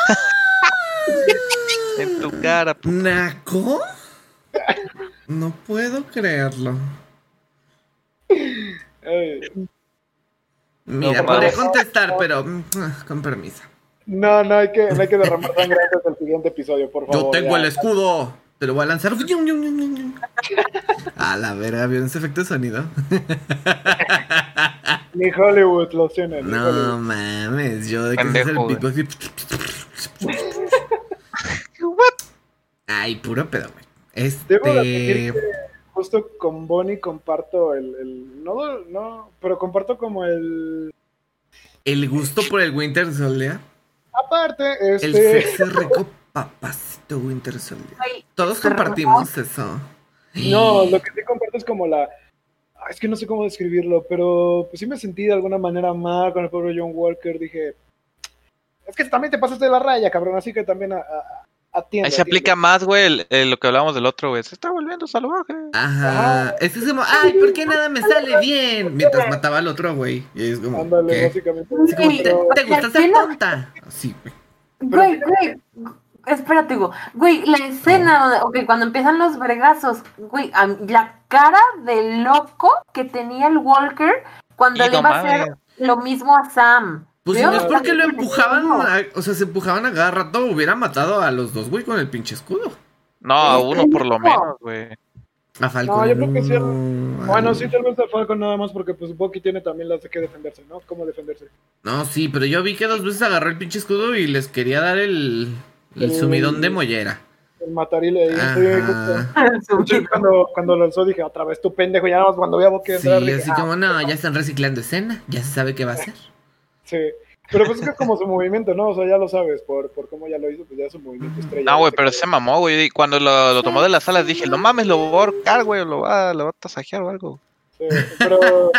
En tu cara. ¿Naco? No puedo creerlo. Mira, No, podría mames. contestar, pero con permiso. No hay que derramar sangre antes del siguiente episodio, por favor. Yo tengo ya. el escudo. Te lo voy a lanzar. A la verga, ¿vieron ese efecto de sonido? Ni Hollywood lo tiene. ni No Hollywood. mames, yo de que se hace el Pendejo, beatbox y- Ay, puro pedo, güey. Debo de admitir que justo con Bonnie comparto no, pero comparto como el... El gusto por el Winter Soldier. Aparte, El sexo rico papacito Winter Soldier. Ay, Todos es compartimos eso. No, lo que sí comparto es como es que no sé cómo describirlo, pero pues sí me sentí de alguna manera mal con el pobre John Walker. Dije, es que también te pasaste de la raya, cabrón, así que también atiende. Ahí se aplica más, güey, lo que hablábamos del otro, güey. Se está volviendo salvaje. Ajá. Es que es como, ay, ¿por qué nada me sale bien? Mientras mataba al otro, güey. Y es como, Ándale, ¿qué? básicamente. Así como, Sí, ¿te gusta ser tonta? Sí, güey. Güey, espérate, güey, la escena donde, cuando empiezan los vergazos, güey, la cara de loco que tenía el Walker cuando Y le no iba a hacer mames. lo mismo a Sam. Pues si Veo no es que porque lo también empujaban, no. o sea, se empujaban a cada rato, hubiera matado a los dos, güey, con el pinche escudo. No, a uno por lo menos, güey. A Falcon. No, yo creo que sí. no, Bueno, al- sí, tal vez a Falcon nada más porque pues Bucky tiene también las de que defenderse, ¿no? ¿Cómo defenderse? No, sí, pero yo vi que dos veces agarró el pinche escudo y les quería dar el El- sumidón de mollera. El matarile ahí. Sí, justo. Ajá. Cuando lanzó dije, otra vez tu pendejo, ya nada más cuando vi a Bucky entrar, Sí, dije, así como, no, ya están reciclando escena, ya se sabe qué va a hacer. sí. Pero pues es que es como su movimiento, ¿no? O sea, ya lo sabes, por cómo ya lo hizo, pues ya es su movimiento estrella. No, güey, pero se mamó, güey. Cuando lo tomó de las alas dije, no mames, lo va a ahorcar, güey, lo va a tasajear o algo. Sí, pero...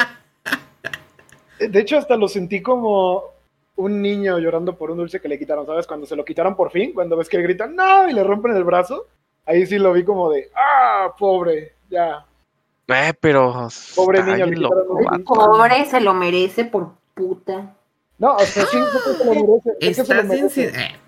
De hecho, hasta lo sentí como un niño llorando por un dulce que le quitaron, ¿sabes? Cuando se lo quitaron por fin, cuando ves que gritan, ¡no! Y le rompen el brazo. Ahí sí lo vi como de, ¡ah! Pobre, ya. Pero... Pobre está niño, bien le quitaron loco, un- vato. Pobre, se lo merece por puta. No, o sea, sí, creo que se lo merece. Es que se lo Estás en... merece.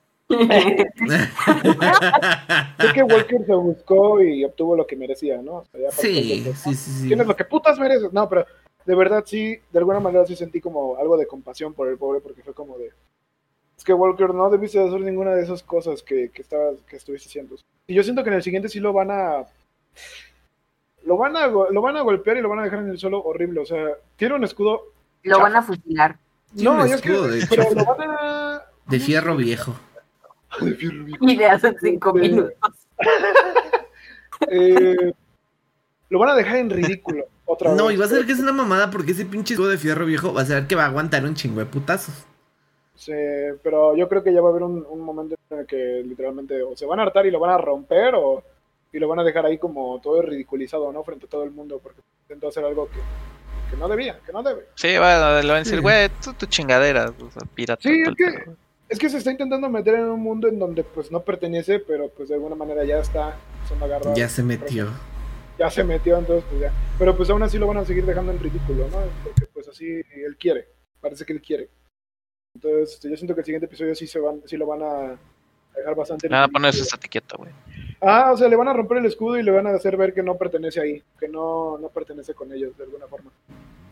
Es que Walker se buscó y obtuvo lo que merecía, ¿no? O sea, ya Sí, para que- sí, sí, sí. Tienes lo que putas mereces. No, pero de verdad sí, de alguna manera sí sentí como algo de compasión por el pobre, porque fue como de... Es que Walker no debiste hacer ninguna de esas cosas que estuviste haciendo. Y yo siento que en el siguiente sí lo van a golpear y lo van a dejar en el suelo horrible. O sea, tiene un escudo. Lo van a fusilar. Tiene un No, es que, escudo, de pero hecho. lo van a... De fierro viejo. De fierro viejo. Y de hace 5 minutos. Lo van a dejar en ridículo otra vez. No, y va a ser que es una mamada porque ese pinche escudo de fierro viejo va a ser que va a aguantar un chingo de putazos. Sí, pero yo creo que ya va a haber un momento en el que literalmente o se van a hartar y lo van a romper y lo van a dejar ahí como todo ridiculizado, ¿no? Frente a todo el mundo porque intentó hacer algo que no debía, que no debe. Sí, le van a decir, Sí. güey, tu chingadera, o sea, pirata. Sí, todo el pedo. es que se está intentando meter en un mundo en donde pues no pertenece, pero pues de alguna manera ya está, son agarrados. Ya se metió. Ya se metió, entonces pues ya. Pero pues aún así lo van a seguir dejando en ridículo, ¿no? Porque pues así él quiere, parece que él quiere. Entonces yo siento que el siguiente episodio sí lo van a dejar bastante en Nada, ridículo. ponerse esa etiqueta, güey. O sea, le van a romper el escudo y le van a hacer ver que no pertenece ahí, que no pertenece con ellos de alguna forma.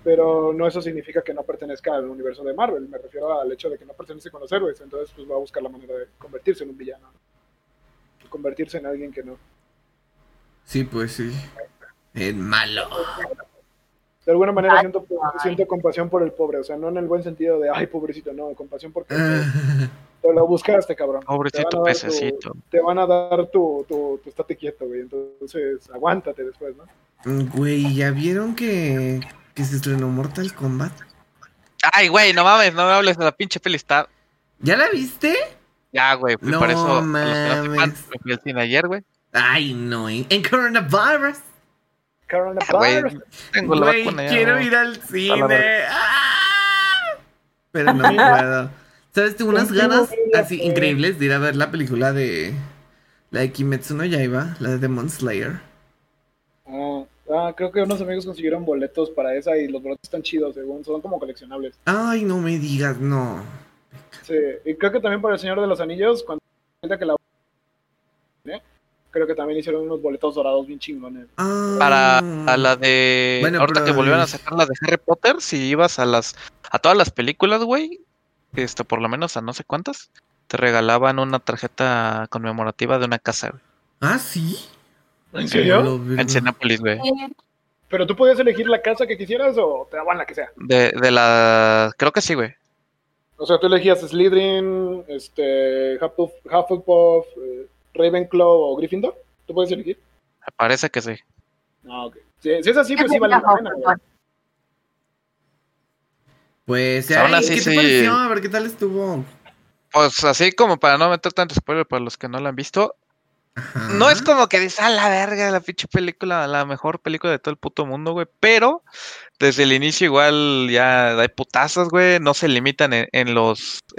pero no eso significa que no pertenezca al universo de Marvel, me refiero al hecho de que no pertenece con los héroes, entonces pues va a buscar la manera de convertirse en un villano, convertirse en alguien que no. Sí, pues sí. En malo. De alguna manera siento compasión por el pobre, o sea, no en el buen sentido de, ay, pobrecito, no, compasión porque te lo buscaste, cabrón. Pobrecito pececito. Te van a dar tu estate quieto, güey, entonces aguántate después, ¿no? Güey, ¿ya vieron que se estrenó Mortal Kombat? Ay, güey, no mames, no me hables de la pinche peli, está... ¿Ya la viste? Ya, güey, fui No por eso, mames. a los que no sepan, me fui al cine ayer, güey. Ay, no, en coronavirus. Güey, tengo la Güey, vacuna ya. quiero ir al cine. ¡Ah! Pero no puedo. ¿Sabes? Tengo unas ganas así increíbles de ir a ver la película de... La de Kimetsu no Yaiba, la de Demon Slayer. Creo que unos amigos consiguieron boletos para esa y los boletos están chidos, según son como coleccionables. Ay, no me digas, no. Sí, y creo que también para El Señor de los Anillos, cuando que la... creo que también hicieron unos boletos dorados bien chingones. Para a la de... Bueno, ahorita pero- que volvieron a sacar la de Harry Potter, si ibas a todas las películas, güey, por lo menos a no sé cuántas, te regalaban una tarjeta conmemorativa de una casa, güey. ¿Ah, sí? ¿En serio? En Cinépolis, güey. ¿Pero tú podías elegir la casa que quisieras o te daban la que sea? De la... Creo que sí, güey. O sea, tú elegías Slytherin, Hufflepuff, Ravenclaw o Gryffindor. ¿Tú puedes elegir? Me parece que sí. Ah, ok. Si es así, pues sí vale la pena, güey. Pues, Aún ay, así, ¿qué te sí. pareció? A ver, ¿qué tal estuvo? Pues así como para no meter tanto spoiler para los que no la han visto, Ajá. no es como que dices, a la verga, la pinche película, la mejor película de todo el puto mundo, güey, pero desde el inicio igual ya hay putazos, güey, no se limitan las En lo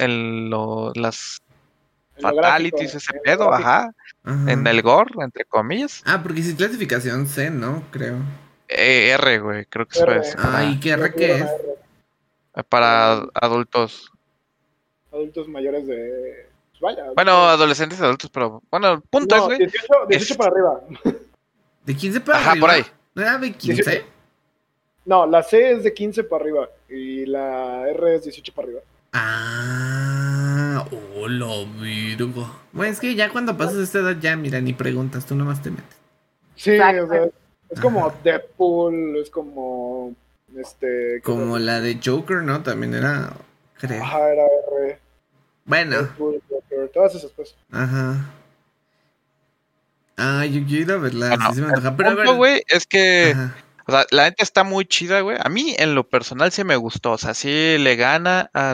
fatalities, gráfico, ese en lo pedo, gráfico. ajá, Ajá. en el gore, entre comillas, Ah, porque sí es clasificación C, ¿no? Creo. R, güey, creo que eso R. es Ay, ¿qué R qué es? para adultos, Adultos mayores de... pues vaya. bueno, adolescentes y adultos, pero bueno, el punto es, No, güey, 18 para arriba. ¿De 15 para ajá, arriba? por ahí. ¿No era de 15? No, la C es de 15 para arriba y la R es 18 para arriba. Ah, hola, Virgo. Bueno, es que ya cuando pasas esta edad ya, mira, ni preguntas, tú nomás te metes. Sí, Exacto. o sea, es como Ajá. Deadpool, es como... Como la de Joker, ¿no? También era, creo. Ajá, era R. Bueno, Deadpool, Joker, todas esas pues. ajá. Ah, yo quiero ir a verla, Bueno, sí se me antoja. Pero a ver. punto, güey, es que... Ajá. O sea, la neta está muy chida, güey. A mí, en lo personal, sí me gustó. O sea, sí le gana a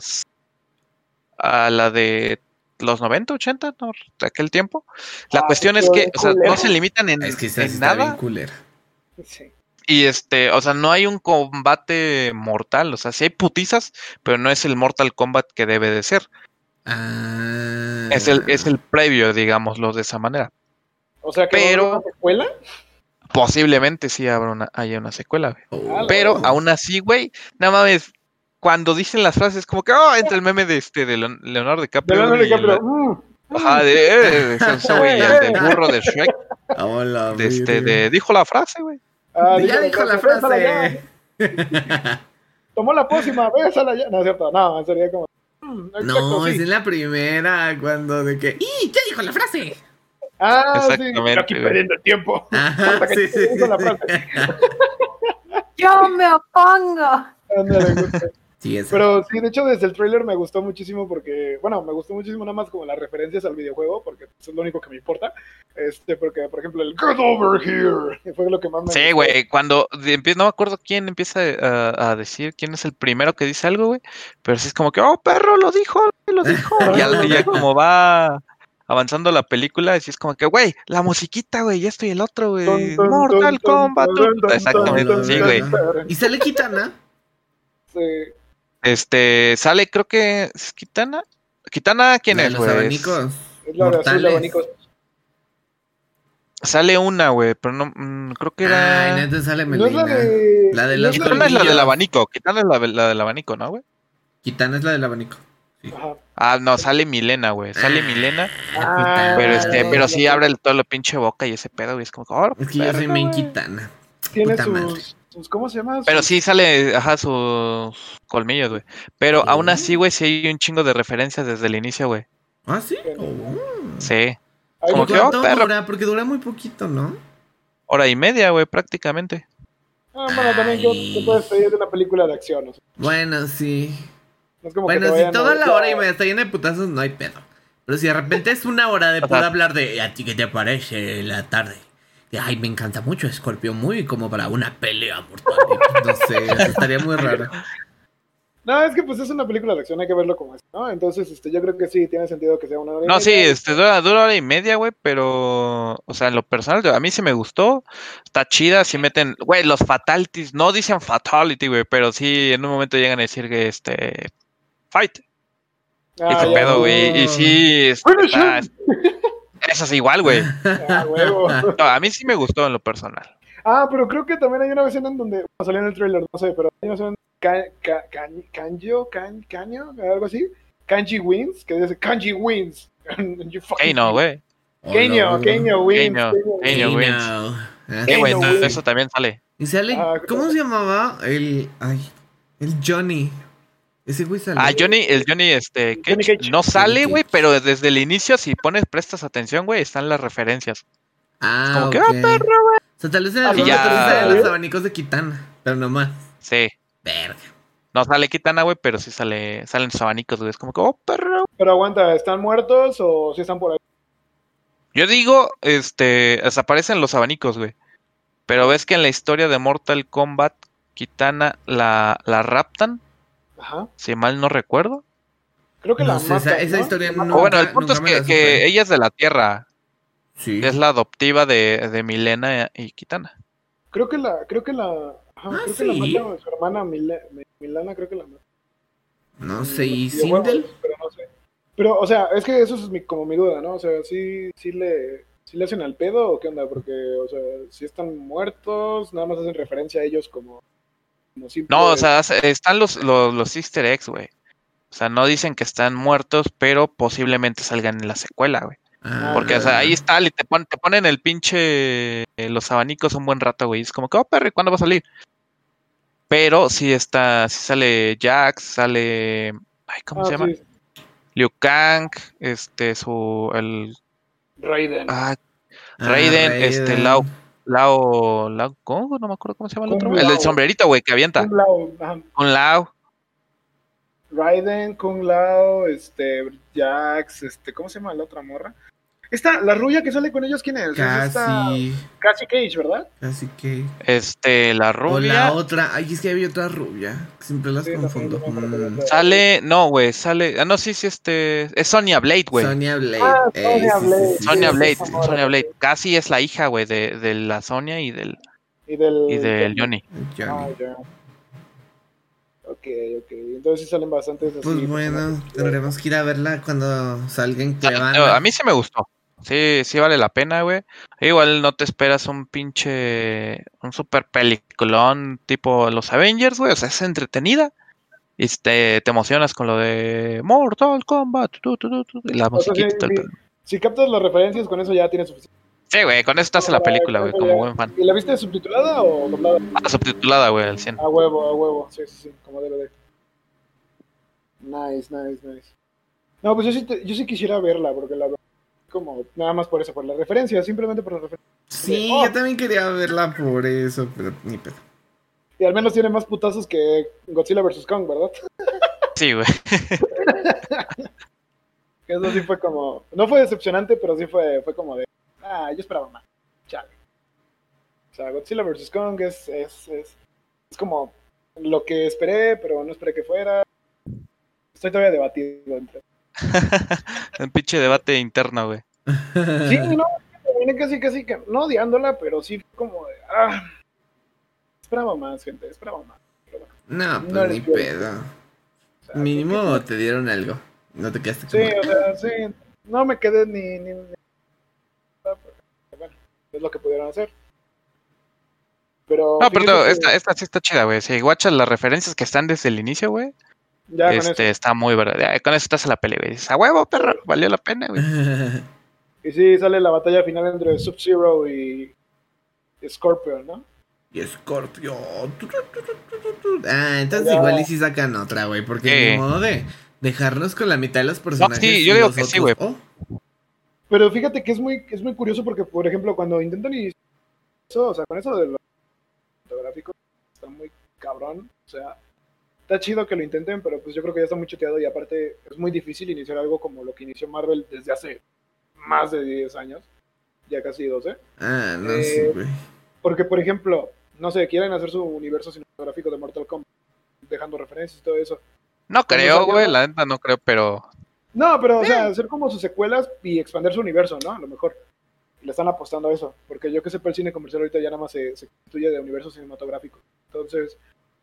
la de los 90, 80, ¿no? De aquel tiempo. La cuestión es que, o sea, no se limitan Es que esa sí en está bien nada. culera. Sí. Y o sea, no hay un combate mortal. O sea, sí hay putizas, pero no es el Mortal Kombat que debe de ser. Ah. Es el previo, digámoslo de esa manera. O sea, que Pero- ¿va a haber una secuela? Posiblemente sí haya una secuela, güey. Oh. Pero aún así, güey, nada mames, cuando dicen las frases, como que, entra el meme de Leonardo De DiCaprio. Leonardo güey, y DiCaprio. ajá, ese güey, y el de burro de Shrek, Hola, Virgo. dijo la frase, güey. Ya dijo la "Bésala frase. ya". Tomó la pócima, bésala ya. No, es cierto, no, sería como... exacto, No, sí. es en la primera, cuando de que. ¡Y! ¡Ya dijo la frase! Ah, Exactamente, sí, yo aquí güey. perdiendo el tiempo. Ajá, Hasta que sí, sí. dijo la frase. Yo me opongo. Ándale, justo. Sí, eso. Pero sí, de hecho, desde el tráiler me gustó muchísimo porque, bueno, me gustó muchísimo nada más como las referencias al videojuego, porque es lo único que me importa. Porque, por ejemplo, el Get Over Here fue lo que más me Sí, gustó. güey, cuando no me acuerdo quién empieza a decir, quién es el primero que dice algo, güey, pero sí es como que, perro, lo dijo, y ya como va avanzando la película, y sí es como que, güey, la musiquita, güey, y esto y el otro, güey, Tun, tun, Mortal tun, Kombat, tun, tun, exactamente, tun, sí, tun, güey. tun. ¿Y sale Kitana? Sí, Sale, creo que es Kitana. ¿Kitana quién La de es, los güey? abanicos. es la de azul de Mortales. abanicos. Sale una, güey, pero no, creo que era... Ay, no, entonces sale No es Melina. la de... La de no los es la Kitana es la del colmillos. abanico, Kitana es la del abanico, ¿no, güey? Kitana es la del abanico. Ajá. No, sale Milena, güey, sale Milena, Ah, pero sí no. abre todo la pinche boca y ese pedo, güey, es como, Es que yo soy verga, main güey. Kitana. Tiene Puta madre. ¿Cómo se llama? Pero sí sale, ajá, sus colmillos, güey. Pero aún así, güey, sí hay un chingo de referencias desde el inicio, güey. ¿Ah, sí? Sí. Ay, Como ¿Y que, cuánto perro, dura? Porque dura muy poquito, ¿no? hora y media, güey, prácticamente. bueno, también que puedes pedir de una película de acción, o sea, Bueno, sí. no es como que Bueno, te si vayan toda a... la hora y media está llena de putazos, no hay pedo. Pero si de repente es una hora de O poder sea- hablar de ¿a ti qué te parece la tarde? De, ay, me encanta mucho Scorpio, muy como para una pelea mortal. Y, pues, no sé, eso estaría muy raro. No, es que pues es una película de acción, hay que verlo como es, ¿no? Entonces, yo creo que sí, tiene sentido que sea una hora y No, sí, media. dura hora y media, güey, pero, o sea, en lo personal, a mí sí me gustó, está chida, sí meten, güey, los fatalities, no dicen fatality, güey, pero sí en un momento llegan a decir que, fight, y Ah, ese ya, pedo, sí. güey, y sí, ¡Finish está, him! eso es igual, güey, Ah, huevo. No, a mí sí me gustó en lo personal. Ah, pero creo que también hay una escena en donde salió en el trailer, no sé, pero hay una escena en Kanjo, algo así. Kanji wins, que dice Kanji wins. And you fucking- Keino, güey, Kenyo wins. Keino Hey, wins. no. Güey, Keino wins. eso también sale. Y sale, Ah, ¿cómo se llamaba? El Johnny. Ese güey sale. Ah, el Johnny, Johnny Cage, Cage. no sale, Johnny güey, Cage. pero desde el inicio, si prestas atención, güey, están las referencias. Ah, como que, ok. perro, O sea, tal vez en el Ah, fondo ya. tal vez salen los abanicos de Kitana, pero no más. Sí. Verga. No sale Kitana, güey, pero sí salen sus abanicos, güey. Es como que, perro. Pero aguanta, ¿están muertos o si están por ahí? Yo digo, desaparecen los abanicos, güey. Pero ves que en la historia de Mortal Kombat, Kitana la raptan, Ajá. si mal no recuerdo. Creo que No la sé, matan, esa ¿no? historia La matan. no- O bueno, el Nunca- punto es nunca me la que supe. ella es de la Tierra. Sí. Es la adoptiva de Milena y Kitana. Creo que la Ah, creo que la sí. mata su hermana Milana, creo que la mata. No sé, ¿y Los videojuegos, Sindel? pero no sé. Pero, o sea, es que eso es como mi duda, ¿no? O sea, sí le hacen al pedo o qué onda, porque, o sea, si están muertos, nada más hacen referencia a ellos como simple... No, o sea, están los Easter eggs, güey. O sea, no dicen que están muertos, pero posiblemente salgan en la secuela, güey. Ah, Porque, o sea, ahí está, y te ponen el pinche, los abanicos un buen rato, güey. Es como que, perro, ¿cuándo va a salir? Pero sí sí sale Jax, sale, ay, ¿cómo se llama? sí, Liu Kang, el, Raiden. Raiden, Raiden. Lao, ¿cómo? No me acuerdo cómo se llama el Kung otro, güey. El del Lao. sombrerito, güey, que avienta. Kung Lao, ajá. Con Lao, Raiden, Kung Lao, Jax, ¿cómo se llama la otra morra? La rubia que sale con ellos, ¿quién es? Es Casi. Cassie Cage, ¿verdad? Casi que. la O rubia. la otra. Ay, es que había otra rubia. Siempre las Sí, confundo. no me acuerdo. Sale, no, güey, sale. Ah, no, sí, es Sonya Blade, güey. Sonya Blade. Ah, Ey, Sonya Blade. sí, Sonya sí, Blade, esa morra. Sonya Blade. Casi es la hija, güey, de la Sonya y del Y del Johnny. Ah, Johnny. ya. Ok. Entonces sí salen bastantes así. Pues bueno, personajes. tendremos que ir a verla cuando salga en Cuevana. A mí sí me gustó. Sí vale la pena, güey. Igual no te esperas un super peliculón tipo los Avengers, güey. O sea, es entretenida. Y te emocionas con lo de Mortal Kombat. Y la O sea, musiquita y todo el pedo. si captas las referencias, con eso ya tienes suficiente. Sí, güey, con eso estás en la película, güey, como buen fan. ¿Y la viste subtitulada o doblada? Subtitulada, güey, al 100. A huevo. Sí, como debe de. Nice. No, pues yo sí quisiera verla, porque la verdad, como nada más por eso, por la referencia, simplemente por la referencia. Sí, Oh. yo también quería verla por eso, pero ni pedo. Y al menos tiene más putazos que Godzilla vs. Kong, ¿verdad? Sí, güey. Eso sí fue como, no fue decepcionante, pero sí fue como de, yo esperaba más, chale. O sea, Godzilla vs. Kong es como lo que esperé, pero no esperé que fuera. Estoy todavía debatido entre. Un pinche debate interno, güey. Sí, no, terminé casi que, no odiándola, pero sí fue como de, esperaba más, gente, esperaba más. Pero bueno, No, No pues eres ni bien. pedo. o sea, Mínimo te dieron algo. No te quedaste Sí, como... o sea, sí, no me quedé ni bueno, es lo que pudieron hacer. Pero No, pero fíjese que esta sí está chida, güey. Si guachas las referencias que están desde el inicio, güey. ya con eso. Está muy verdad. Ya, con eso estás en la peli, güey. Dices, a huevo, perro. Valió la pena, güey. Y sí, sale la batalla final entre Sub-Zero y Scorpion, ¿no? y Scorpio. Ah, entonces igual y si sacan otra, güey, porque ni modo de dejarnos con la mitad de los personajes. No, sí, yo y digo los que sí, otros, güey. Pero fíjate que es muy curioso porque, por ejemplo, cuando intentan iniciar eso, o sea, con eso de los fotográficos, está muy cabrón. O sea, está chido que lo intenten, pero pues yo creo que ya está muy choteado y aparte es muy difícil iniciar algo como lo que inició Marvel desde hace más de 10 años, ya casi 12. Ah, no, sí, güey. Porque, por ejemplo, no sé, quieren hacer su universo cinematográfico de Mortal Kombat, dejando referencias y todo eso. No creo, güey, la neta no creo, pero... No, pero, o sea, hacer como sus secuelas y expandir su universo, ¿no? A lo mejor. Y le están apostando a eso. Porque yo que sé, el cine comercial ahorita ya nada más se constituye de universo cinematográfico. Entonces,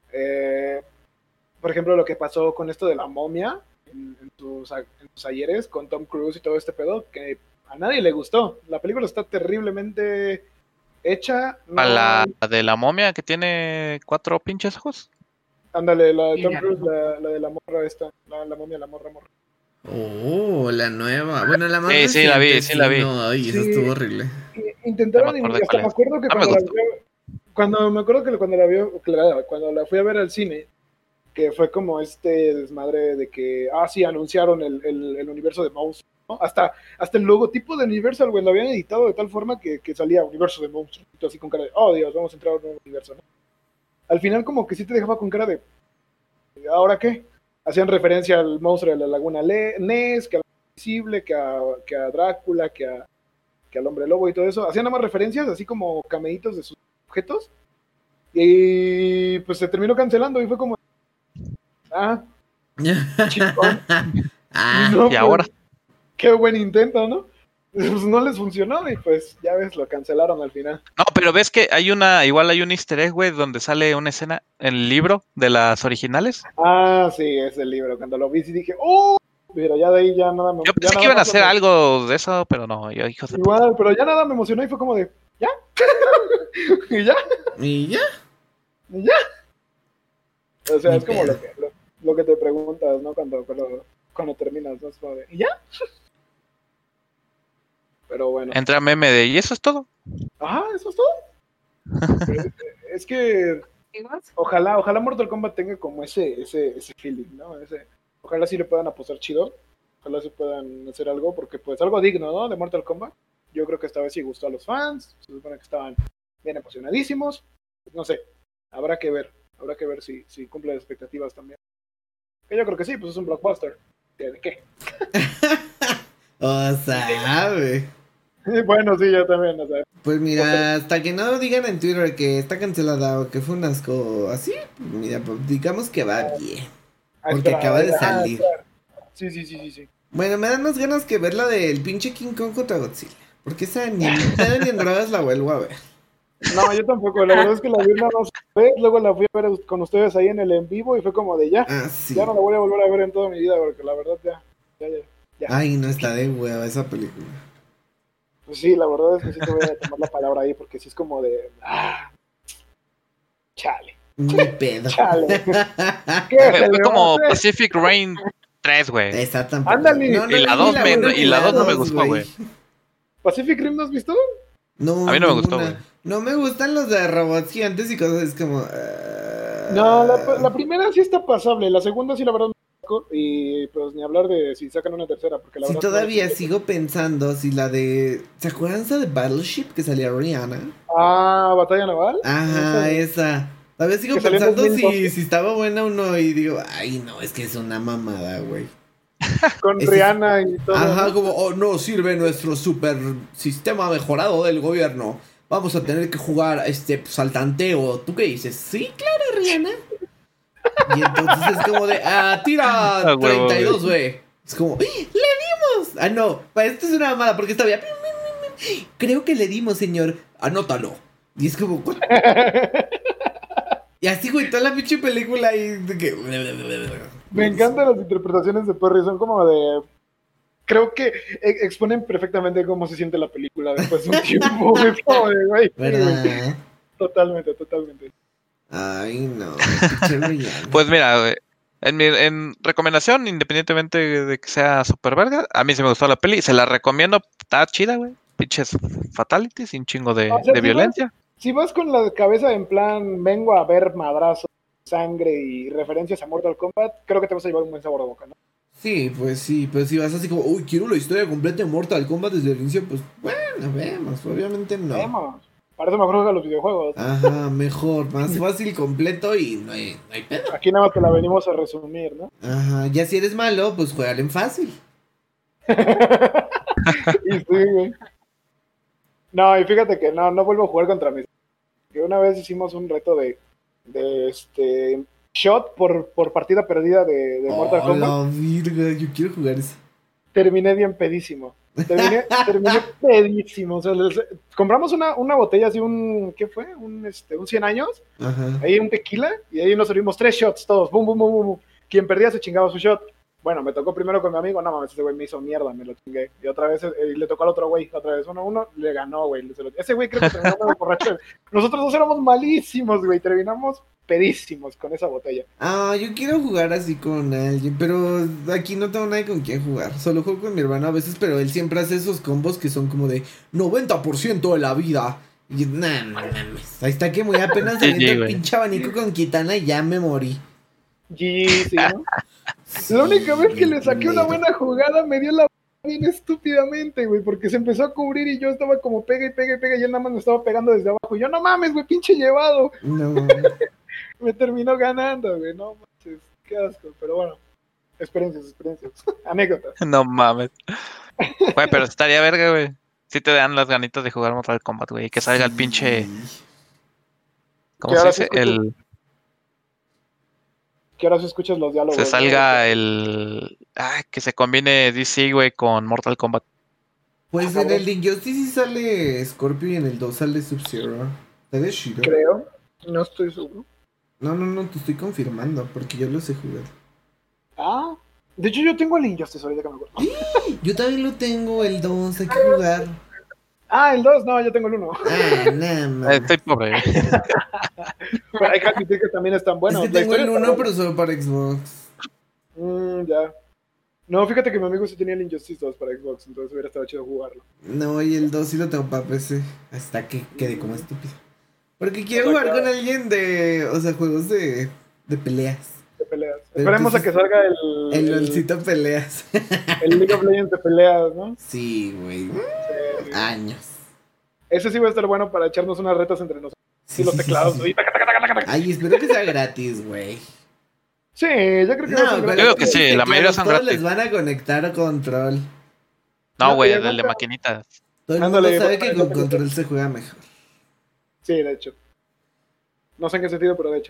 por ejemplo, lo que pasó con esto de la momia en sus ayeres con Tom Cruise y todo este pedo, que a nadie le gustó. La película está terriblemente hecha. No... ¿A la de la momia que tiene 4 pinches ojos? Ándale, la de Tom Cruise, la de la morra esta. La momia, la morra. Oh, la nueva. Bueno, la más Sí, la vi, sí la vi. No, ay, Sí. eso estuvo horrible. Intentaron, No me acuerdo hasta cuál me es. acuerdo que No me gustó. cuando la fui a ver al cine, que fue como este desmadre de que, sí, anunciaron el universo de Monsters, ¿no? Hasta el logotipo de Universal, güey, lo habían editado de tal forma que salía universo de Monsters, y todo así con cara de, oh Dios, vamos a entrar a un nuevo universo, ¿no? Al final como que sí te dejaba con cara de, ¿ahora qué? Hacían referencia al monstruo de la laguna Ness, que a la Invisible, que a Drácula, que al hombre lobo y todo eso. Hacían nada más referencias, así como cameitos de sus objetos. Y pues se terminó cancelando y fue como, chingón. No, Y ahora, pues, qué buen intento, ¿no? Pues no les funcionó y pues ya ves, lo cancelaron al final. no, pero ves que igual hay un easter egg, güey, donde sale una escena en el libro de las originales. Sí, es el libro. Cuando lo vi sí dije, ¡oh! Pero ya de ahí ya nada me... Yo pensé que iban a hacer algo de eso, pero no, yo, hijos de Igual, pero ya nada me emocionó y fue como de, ¿ya? ¿Y ya? ¿Y ya? ¿Y ya? O sea, Ni es como pedo. lo que te preguntas, ¿no? Cuando terminas, ¿no? Es como de, ¿y ya? Pero bueno. entra meme de, ¿y eso es todo? Eso es todo. Es que ojalá Mortal Kombat tenga como ese feeling, ¿no? Ojalá sí le puedan apostar chido. Ojalá sí puedan hacer algo, porque pues algo digno, ¿no? De Mortal Kombat. Yo creo que esta vez sí gustó a los fans. Se supone que estaban bien emocionadísimos. No sé, habrá que ver si cumple las expectativas también. Que yo creo que sí, pues es un blockbuster. ¿De qué? O sea, güey. Bueno, sí, yo también, o sea. Pues mira, hasta que no digan en Twitter que está cancelada o que fue un asco así, mira, pues digamos que va bien. Porque acaba de salir. Sí. Bueno, me dan más ganas que ver la del pinche King Kong contra Godzilla. Porque esa ni en pedo ni en drogas la vuelvo a ver. No, yo tampoco, la verdad es que la vi una vez, luego la fui a ver con ustedes ahí en el vivo y fue como de ya, Sí. ya no la voy a volver a ver en toda mi vida, porque la verdad ya. Ay, no está de hueva esa película. Pues sí, la verdad es que sí te voy a tomar la palabra ahí, porque sí es como de, chale. Ni pedo. Chale. Fue como Pacific Rim 3, güey. Esa tampoco. Ándale. Y la 2 no me gustó, güey. ¿Pacific Rim no has visto? No, a mí no me gustó, güey. No me gustan los de robots gigantes y cosas, es como... No, la primera sí está pasable, la segunda sí la verdad y pues ni hablar de si sacan una tercera, porque la sí, verdad... todavía sigo pensando si la de... ¿Se acuerdan esa de Battleship que salía Rihanna? ¿Batalla naval? Ajá, esa. Todavía sigo pensando si estaba buena o no y digo, ay no, es que es una mamada, güey. Con Rihanna y todo. Ajá, como, no sirve nuestro super sistema mejorado del gobierno. Vamos a tener que jugar pues, al tanteo. ¿Tú qué dices? Sí, claro, Rihanna. Y entonces es como de, tira 32, güey. Es como, ¡le dimos! No, esto es una mamada porque está bien. Creo que le dimos, señor. Anótalo. Y es como, ¿what? Y así, güey, toda la pinche película y de que... Me encantan las interpretaciones de Perry, son como de... Creo que exponen perfectamente cómo se siente la película después de un tiempo. Es como de, güey. ¿Verdad? Totalmente. Ay, no. Pues mira, güey, en recomendación, independientemente de que sea super verga, a mí se me gustó la peli, se la recomiendo, está chida, güey. Pinches fatalities y un chingo de violencia. si vas con la cabeza en plan, vengo a ver madrazos, sangre y referencias a Mortal Kombat, creo que te vas a llevar un buen sabor de boca, ¿no? Sí, pero si vas así como, uy, quiero la historia completa de Mortal Kombat desde el inicio, pues bueno, vemos, obviamente no. Vemos. Para eso mejor juega los videojuegos. Ajá, mejor, más fácil, completo y no hay pedo. Aquí nada más te la venimos a resumir, ¿no? Ajá, ya si eres malo, pues juégale en fácil. Y sí, güey. No, y fíjate que no vuelvo a jugar contra mis. Que una vez hicimos un reto de shot por partida perdida de Mortal Kombat. La virga, yo quiero jugar eso. Terminé bien pedísimo. Terminé pedísimo. O sea, compramos una botella así, ¿qué fue? Un 100 años. Ajá. Ahí un tequila. Y ahí nos servimos 3 shots todos. Bum, bum, bum, bum. Quien perdía se chingaba su shot. Bueno, me tocó primero con mi amigo. No mames, ese güey me hizo mierda, me lo chingué. Y otra vez le tocó al otro güey. Otra vez 1-1, le ganó, güey. Ese güey creo que terminó medio borracho. Nosotros dos éramos malísimos, güey. Terminamos pedísimos con esa botella. Yo quiero jugar así con alguien, pero aquí no tengo nadie con quien jugar. Solo juego con mi hermano a veces, pero él siempre hace esos combos que son como de 90% de la vida. Y yo, no mames. Ahí está que muy apenas saliendo el pinche abanico con Kitana y ya me morí. Sí, ¿no? La única vez que le saqué una buena jugada me dio la bien estúpidamente, güey, porque se empezó a cubrir y yo estaba como pega y él nada más me estaba pegando desde abajo. Y yo, no mames, güey, pinche llevado. No. Me terminó ganando, güey, no mames, qué asco, pero bueno, experiencias, anécdotas. No mames. Güey, pero estaría verga, güey. Si te dan las ganitas de jugar Mortal Kombat, güey, y que salga el pinche... ¿Cómo Que se ahora dice? sí que ahora sí escuchas los diálogos. Se salga el... que se combine DC, güey, con Mortal Kombat. Pues en el Injustice sí sale Scorpio y en el 2 sale Sub-Zero. Está de chido. Creo, no estoy seguro. No, te estoy confirmando porque yo los he jugado. De hecho yo tengo el Injustice ahorita que me acuerdo. Yo también lo tengo, el 2, hay que jugar. El 2, no, yo tengo el 1. No. Estoy pobre, güey. Pero hay que admitir que también están buenos. Es que tengo el 1, pero solo para Xbox. Ya. No, fíjate que mi amigo sí tenía el Injustice 2 para Xbox, entonces hubiera estado chido jugarlo. No, y el 2 sí lo tengo para PC. Hasta que quede como estúpido. Porque quiero jugar con alguien juegos de peleas. De peleas. Pero Esperemos a que salga el LOLcito peleas. El League of Legends de peleas, ¿no? Sí, güey. Sí. Años. Ese sí va a estar bueno para echarnos unas retas entre nosotros. Sí, y los teclados. Sí. Sí. Ay, espero que sea gratis, güey. Sí, yo creo que va a ser Yo creo que sí, la mayoría son todos gratis. les van a conectar a control. No, güey, ya el de maquinitas. Todo el Ándale, mundo sabe que ándale. con control se juega mejor. Sí, de hecho. No sé en qué sentido, pero de hecho.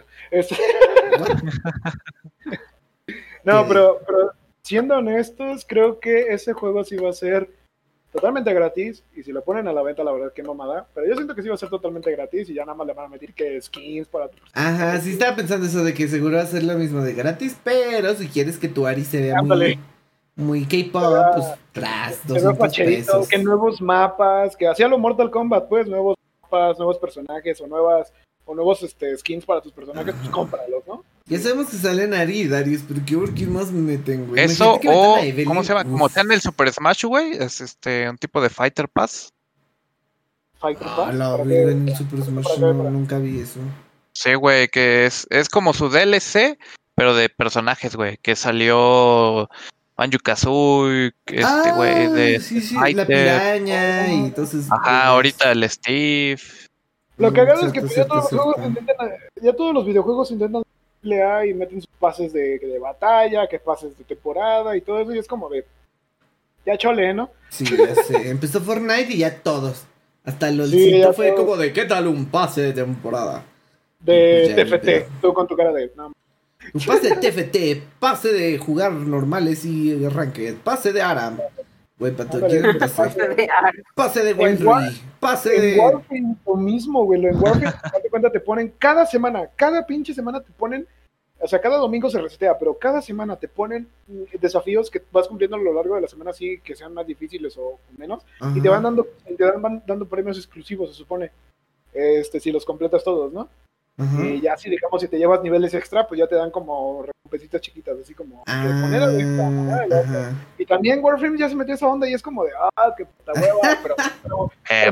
No, pero siendo honestos, creo que ese juego sí va a ser totalmente gratis. Y si lo ponen a la venta, la verdad, qué mamada. Pero yo siento que sí va a ser totalmente gratis y ya nada más le van a meter que skins para tu personaje. Ajá, sí estaba pensando eso de que seguro va a ser lo mismo de gratis, pero si quieres que tu Ari se vea Ándale. muy K-pop, pues tras Que vea 200 facherito, pesos. que nuevos mapas, que hacía lo Mortal Kombat, pues nuevos mapas, nuevos personajes o nuevos skins para tus personajes, pues cómpralos, ¿no? Ya sabemos que salen Ari y Darius, pero ¿por qué más me meten, güey? Eso Imagínate que metan o, a Evelyn. ¿cómo se llama? Como Uf. sea en el Super Smash, güey, es un tipo de Fighter Pass. Fighter Ah, Pass. la ¿para verga, qué? en el Super Smash ¿Para qué? no, nunca vi eso. Sí, güey, que es como su DLC, pero de personajes, güey, que salió Banjo-Kazooie, güey, de sí, la Fighter. piraña y entonces... Ajá, ahorita el Steve. Lo que hagan es que Cierto, pues, ya todos los videojuegos intentan AAA y meten sus pases de batalla, que pases de temporada y todo eso, y es como de ya chole, ¿no? Sí, ya sé. Empezó Fortnite y ya todos. Hasta el Sí, LOLcito ya fue todos. como de ¿qué tal un pase de temporada? De Ya, TFT, ya. tú con tu cara de no. Un pase de TFT, pase de jugar normales y arranque, pase de Aram. Güey, pato, Ándale, quiero un pase. Pase de En Winry, pase En de... Warframe lo mismo, güey. En Warframe, date cuenta, te ponen cada semana, cada pinche semana te ponen, o sea, cada domingo se resetea, pero cada semana te ponen desafíos que vas cumpliendo a lo largo de la semana, así que sean más difíciles o menos, y te van dando premios exclusivos, se supone, si los completas todos, ¿no? Ajá. Y ya si digamos, si te llevas niveles extra, pues ya te dan como recompensitas chiquitas, así como de moneda de esta, moneda de la otra. Ajá. Y también Warframe ya se metió esa onda y es como de, qué puta hueva, pero me gusta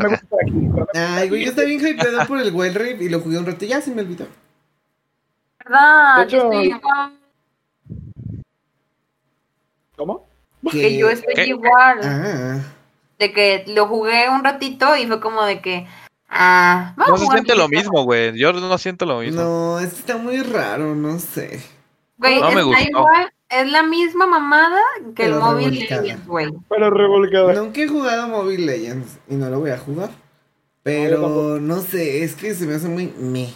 aquí. Pero Ay, güey, yo estaba bien hypeado por el Wild Rift y lo jugué un rato y ya se me olvidó. ¿Verdad? De hecho- Yo estoy igual. ¿Cómo? Que yo estoy ¿Qué? igual. Ah, De que lo jugué un ratito y fue como de que. No Vamos a se jugar siente lo poquito. mismo, güey. Yo no siento lo mismo. no, es que está muy raro, no sé. Güey, No me está gustó. igual. Es la misma mamada que Pero el Mobile revolcada. Legends, güey. Pero revolcada. Nunca he jugado Mobile Legends y no lo voy a jugar. No, yo Pero tampoco. no sé, es que se me hace muy meh.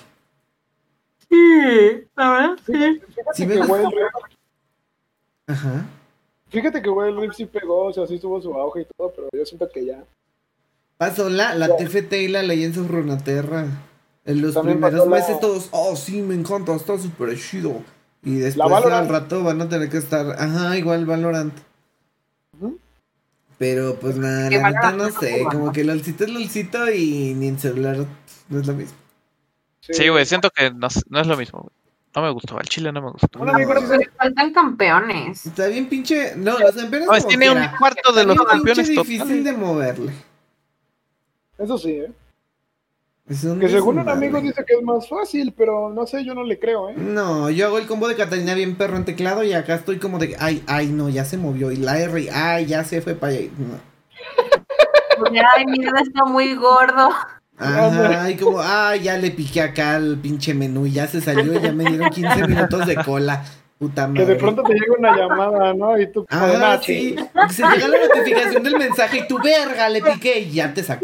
Sí, la verdad, sí. Fíjate Sí me que gusta. Wild Rift, Ajá. fíjate que Wild Rift sí pegó, o sea, sí tuvo su auge y todo, pero yo siento que ya. Pasó la TFT y la Legends of Runeterra. En los También primeros pasó la- meses todos, oh sí, me encanta, está súper chido. Y después Valorant. al rato van a tener que estar, ajá, igual Valorant. Ujú. Pero pues nada, Que la neta Valorant no no sé, juega, como ¿no? que LOLcito es LOLcito y ni en celular no es lo mismo. Sí, güey, siento que no es lo mismo, güey. No me gustó, al chile no me gustó. Un amigo No. dice, Le faltan campeones. Está bien pinche, no, los campeones No, como tiene un quiera. cuarto de Está los bien pinche campeones difícil totales. de moverle. eso sí, ¿eh? Es un Que según un desmadre. amigo dice que es más fácil, pero no sé, yo no le creo, ¿eh? No, yo hago el combo de Catalina bien perro en teclado y acá estoy como de, ay, no, ya se movió. Y la R, ay, ya se fue para allá. No. Ay, mi dedo está muy gordo. Ajá, y como, ay, ya le piqué acá al pinche menú y ya se salió y ya me dieron 15 minutos de cola. Puta Que madre. de pronto te llega una llamada, ¿no? Y tú como de Ajá, "Nah, sí. ching". Y se llega la notificación del mensaje y tu verga le piqué y ya te sacó.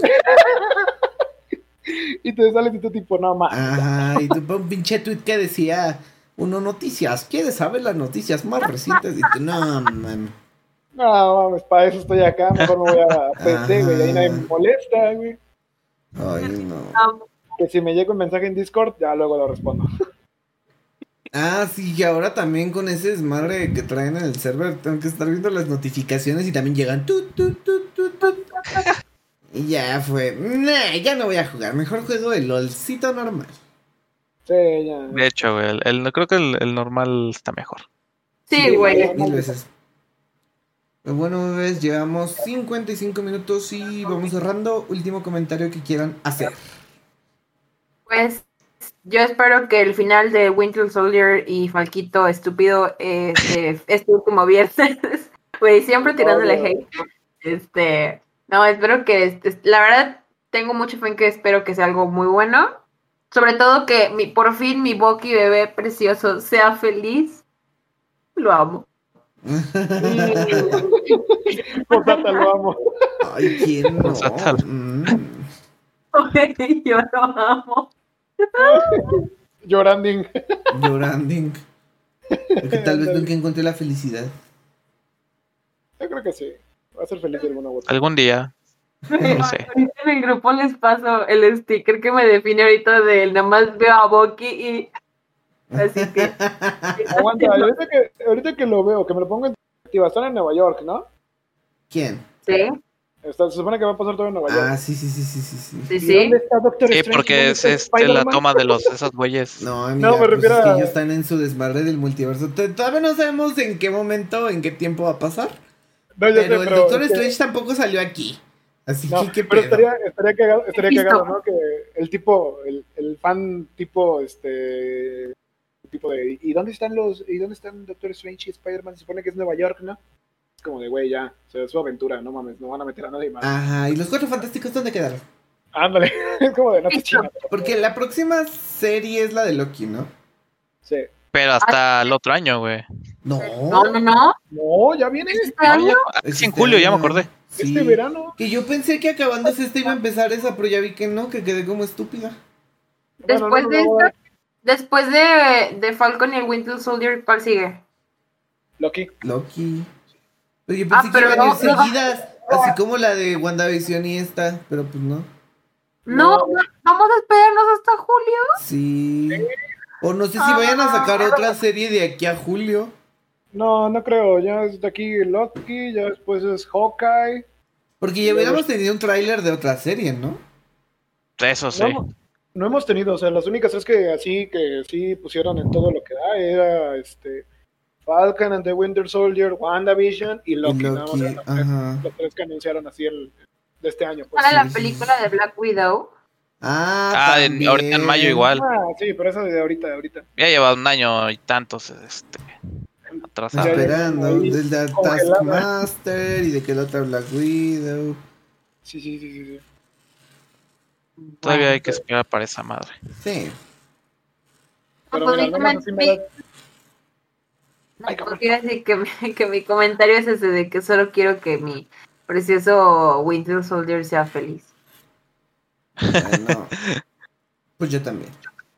Y te sales y tú tipo, no más. Ajá, y tú un pinche tweet que decía, uno noticias, ¿quieres saber las noticias más recientes? Y tú, no, man. No, mames, para eso estoy acá, mejor me voy a PC, güey, ahí nadie me Ajá. molesta, güey. Ay, no. Que si me llega un mensaje en Discord, ya luego lo respondo. Ah, sí, y ahora también con ese desmadre que traen en el server, tengo que estar viendo las notificaciones y también llegan y ya fue, nah, ya no voy a jugar, mejor juego el LOLcito normal. Sí, ya. De hecho, güey, creo que el normal está mejor. Sí, güey. Mil veces. Pues bueno, bebés, llevamos 55 minutos y vamos cerrando. Último comentario que quieran hacer. Pues yo espero que el final de Winter Soldier y Falquito estúpido este último viernes, güey, siempre tirándole hate. No, espero que, la verdad, tengo mucha fe en que espero que sea algo muy bueno. Sobre todo que por fin mi Bucky bebé precioso sea feliz. Lo amo. Posata, lo amo. Ay, ¿quién no? Posátalo. Yo lo amo. Lloranding. Lloranding. Que tal vez nunca encontré la felicidad. Yo creo que sí. Va a ser feliz de alguna u otra. Algún día. No sé. Ahorita en el grupo les paso el sticker que me define ahorita de él. Nada más veo a Bucky y así que Aguanta, ahorita que lo veo, que me lo pongo en perspectiva, están en Nueva York, ¿no? ¿Quién? sí, Se supone que va a pasar todo en Nueva York. Ah, sí. sí, ¿Y sí. dónde está Doctor Sí, Strange? porque ¿Dónde es está la Spider-Man? toma de esos güeyes. No, amiga, No, me pues refiero es que a- ellos están en su desmadre del multiverso. Todavía no sabemos en qué momento, en qué tiempo va a pasar. No, ya sé, Pero el pero Doctor es que- Strange tampoco salió aquí. Así No, que qué pero pedo. estaría cagado, Listo. ¿no? Que el tipo, el fan tipo, tipo de, ¿y dónde están Doctor Strange y Spider-Man? Se supone que es Nueva York, ¿no? Es como de, güey, ya, o sea, es su aventura, no mames, no van a meter a nadie más. Ajá, ¿y los Cuatro Fantásticos dónde quedaron? Ándale, es como de, no te Listo. chingas. Porque la próxima serie es la de Loki, ¿no? Sí. Pero hasta el otro año, güey. No. No. No, ya viene ¿Este No, año? Es en este julio, ya me año. acordé. Sí. este verano. Que yo pensé que acabándose esta iba a empezar esa, pero ya vi que no, que quedé como estúpida. Bueno, Después no, de no, esta, después de Falcon y el Winter Soldier, ¿cuál sigue? Loki. Loki. Pero yo pensé que pero iban a ir no. seguidas, así como la de WandaVision y esta, pero pues no. No, vamos a esperarnos hasta julio. Sí. O no sé si vayan a sacar otra serie de aquí a julio. No, no creo, ya es de aquí Loki, ya después es Hawkeye. Porque ya hubiéramos tenido un tráiler de otra serie, ¿no? Eso sí. No hemos tenido, o sea, las únicas tres que sí pusieron en todo lo que da era Falcon and the Winter Soldier, WandaVision y Loki. Y Nada más Loki, eran ajá. las tres que anunciaron así de este año. Pues. ¿Cuál es la película de Black Widow? También. Ahorita en mayo igual. Sí, pero esa de ahorita. Ya lleva un año y tantos atrasado. Esperando, ahí desde congelada. Taskmaster y de que la otra Black Widow. Sí. Todavía hay que esperar para esa madre. Sí. Pero Pues mira, al menos así me da- Ay, cabrón. quiero decir que mi comentario es ese de que solo quiero que mi precioso Winter Soldier sea feliz. Bueno, pues yo también.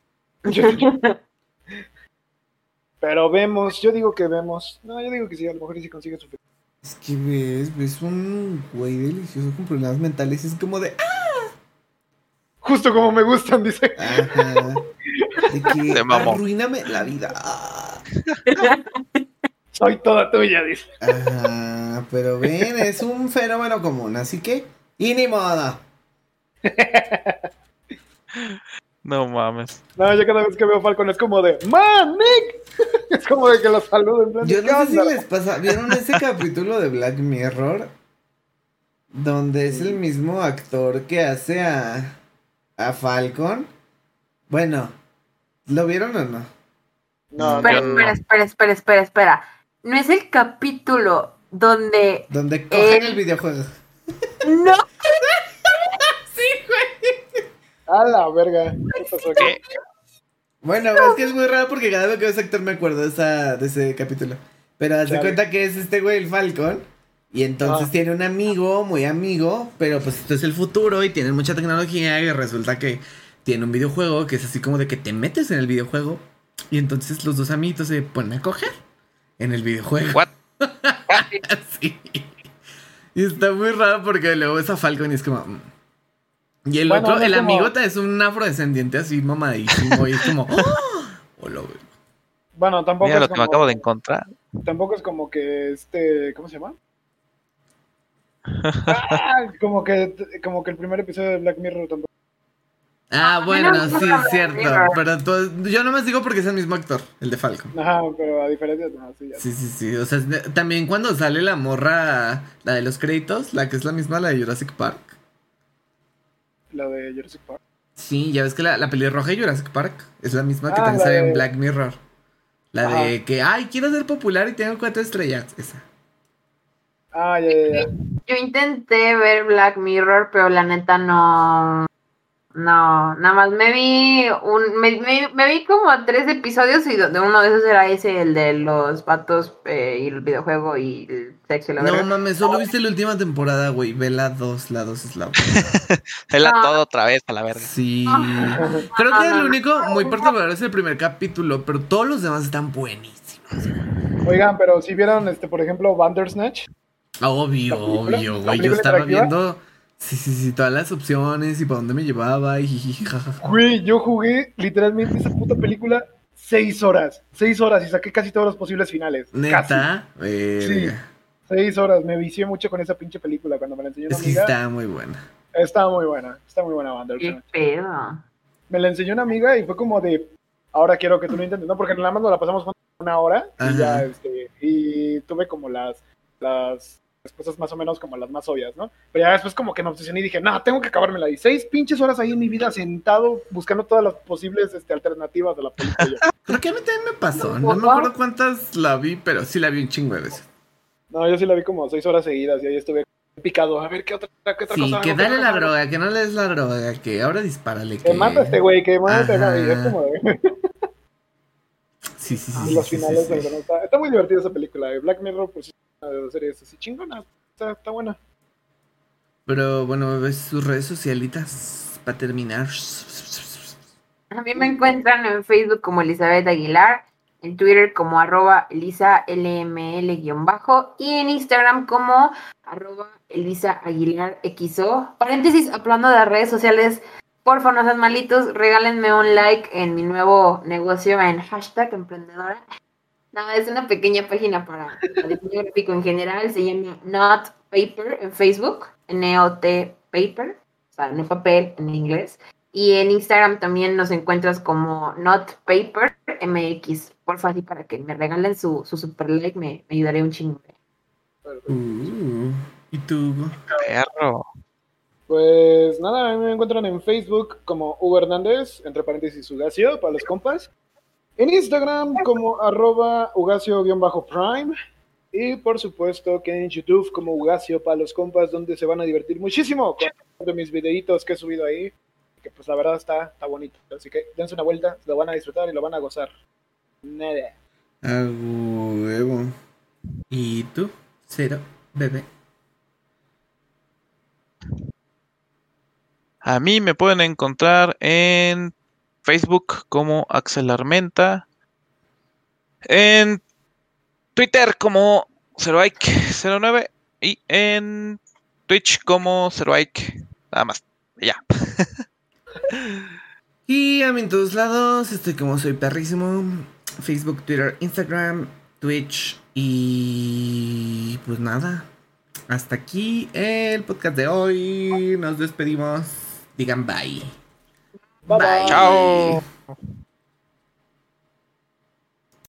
Pero vemos, yo digo que vemos. No, yo digo que sí, a lo mejor sí consigue su. Es que ves un güey delicioso con problemas mentales y es como de... Justo como me gustan, dice. Ajá. De que Se mamó. arruíname la vida. Ah. Soy toda tuya, dice. Ajá, pero ven, es un fenómeno común, así que... Y ni modo. No mames. No, yo cada vez que veo Falcon es como de ¡Man, Nick! Es como de que lo saludo en plan de, Yo ¿qué no sé si onda? les pasa... ¿Vieron ese capítulo de Black Mirror? Donde es el mismo actor que hace a Falcon. Bueno, ¿lo vieron o no? No, Espera, Yo no. espera. ¿No es el capítulo donde... Donde cogen el videojuego. No, a la verga. ¿Qué pasó aquí? ¿Qué? Bueno, es que es muy raro porque cada vez que veo ese actor me acuerdo de ese capítulo. Pero haz de Chale. cuenta que es este güey, el Falcon. Y entonces Ah. tiene un amigo, muy amigo. Pero pues esto es el futuro y tienen mucha tecnología. Y resulta que tiene un videojuego que es así como de que te metes en el videojuego. Y entonces los dos amiguitos se ponen a coger en el videojuego. What? Sí. Y está muy raro porque luego ves a Falcon y es como... Y el Bueno, otro, no el es como- amigo es un afrodescendiente así mamadísimo. Y es como... ¡Oh! Hola, güey. Bueno, tampoco Mira es lo que me como, acabo de encontrar. tampoco es como que ¿cómo se llama? Como que el primer episodio de Black Mirror tampoco. Ah, no bueno, me gusta sí, Black cierto. Mirror. Pero yo nomás digo porque es el mismo actor, el de Falcon. Ajá, pero a diferencia de sí, ya. Sí. O sea, también cuando sale la morra, la de los créditos, la que es la misma, la de Jurassic Park. La de Jurassic Park. Sí, ya ves que la pelirroja de Jurassic Park es la misma que Ah, también la sale de- en Black Mirror. La Ajá. de que, ay, quiero ser popular y tengo 4 estrellas. Esa. Ah, ya. yo intenté ver Black Mirror, pero la neta no, nada más me vi me vi como 3 episodios y donde uno de esos era ese, el de los patos y el videojuego y el sexo y la No verdad. mames, solo viste la última temporada, güey. Ve la 2 es la buena. Vela No. todo otra vez a la verga. Sí. Ah. Creo que No. lo único muy perturbador es el primer capítulo, pero todos los demás están buenísimos. Oigan, pero si vieron, por ejemplo, Bandersnatch. Obvio, ¿La película? ¿La güey. Yo película estaba interactiva? viendo. Sí, todas las opciones y para dónde me llevaba y jiji, jajaja. Güey, yo jugué literalmente esa puta película 6 horas. 6 horas y saqué casi todos los posibles finales. Casi. Neta, Sí. 6 horas. Me vicié mucho con esa pinche película cuando me la enseñó una es que amiga. está muy buena. Está muy buena Qué Bandersnatch. pedo. Me la enseñó una amiga y fue como de, ahora quiero que tú lo intentes, ¿no? Porque nada más nos la pasamos una hora y Ajá. ya, y tuve como las respuestas más o menos como las más obvias, ¿no? Pero ya después como que me obsesioné y dije, no, tengo que acabármela. Y 6 pinches horas ahí en mi vida sentado buscando todas las posibles alternativas de la película. Creo que a mí también me pasó. No me acuerdo cuántas la vi, pero sí la vi un chingo de veces. No, yo sí la vi como 6 horas seguidas y ahí estuve picado. A ver, ¿qué otra Sí, cosa? que hago? ¿Qué dale otra la cosa hago? droga, que no le des la droga, que ahora dispárale. Que mata a este güey, que mata a Ajá. y es como de... Sí. Y los finales, sí. pero no, está muy divertida esa película. Black Mirror, pues, es una de las series así chingona. Está buena. Pero bueno, ves sus redes socialitas para terminar. A mí me encuentran en Facebook como Elizabeth Aguilar, en Twitter como @ElisaLML- y en Instagram como @ElisaAguilarXO. Paréntesis, hablando de las redes sociales, porfa, no sean malitos, regálenme un like en mi nuevo negocio en #emprendedora. No, es una pequeña página para diseño gráfico en general, se llama Not Paper en Facebook, Not Paper, o sea, no papel en inglés. Y en Instagram también nos encuentras como Not Paper MX. Porfa, así para que me regalen su super like, me ayudaría un chingo. ¿Y tú, Hugo? Perro. Pues nada, a mí me encuentran en Facebook como Hugo Hernández, entre paréntesis Ugacio, para los compas. En Instagram como @Ugacio_Prime. Y por supuesto que en YouTube como Ugacio para los compas, donde se van a divertir muchísimo con de mis videitos que he subido ahí. Que pues la verdad está bonito. Así que dense una vuelta, lo van a disfrutar y lo van a gozar. Nada. A huevo. ¿Y tú? Cero, bebé. A mí me pueden encontrar en Facebook como Axel Armenta, en Twitter como Zeroike09 y en Twitch como Zeroike. Nada más. Ya. Y a mí en todos lados, estoy como Soy Perrísimo. Facebook, Twitter, Instagram, Twitch y pues nada. Hasta aquí el podcast de hoy. Nos despedimos. Digan bye. Bye, bye. Chao.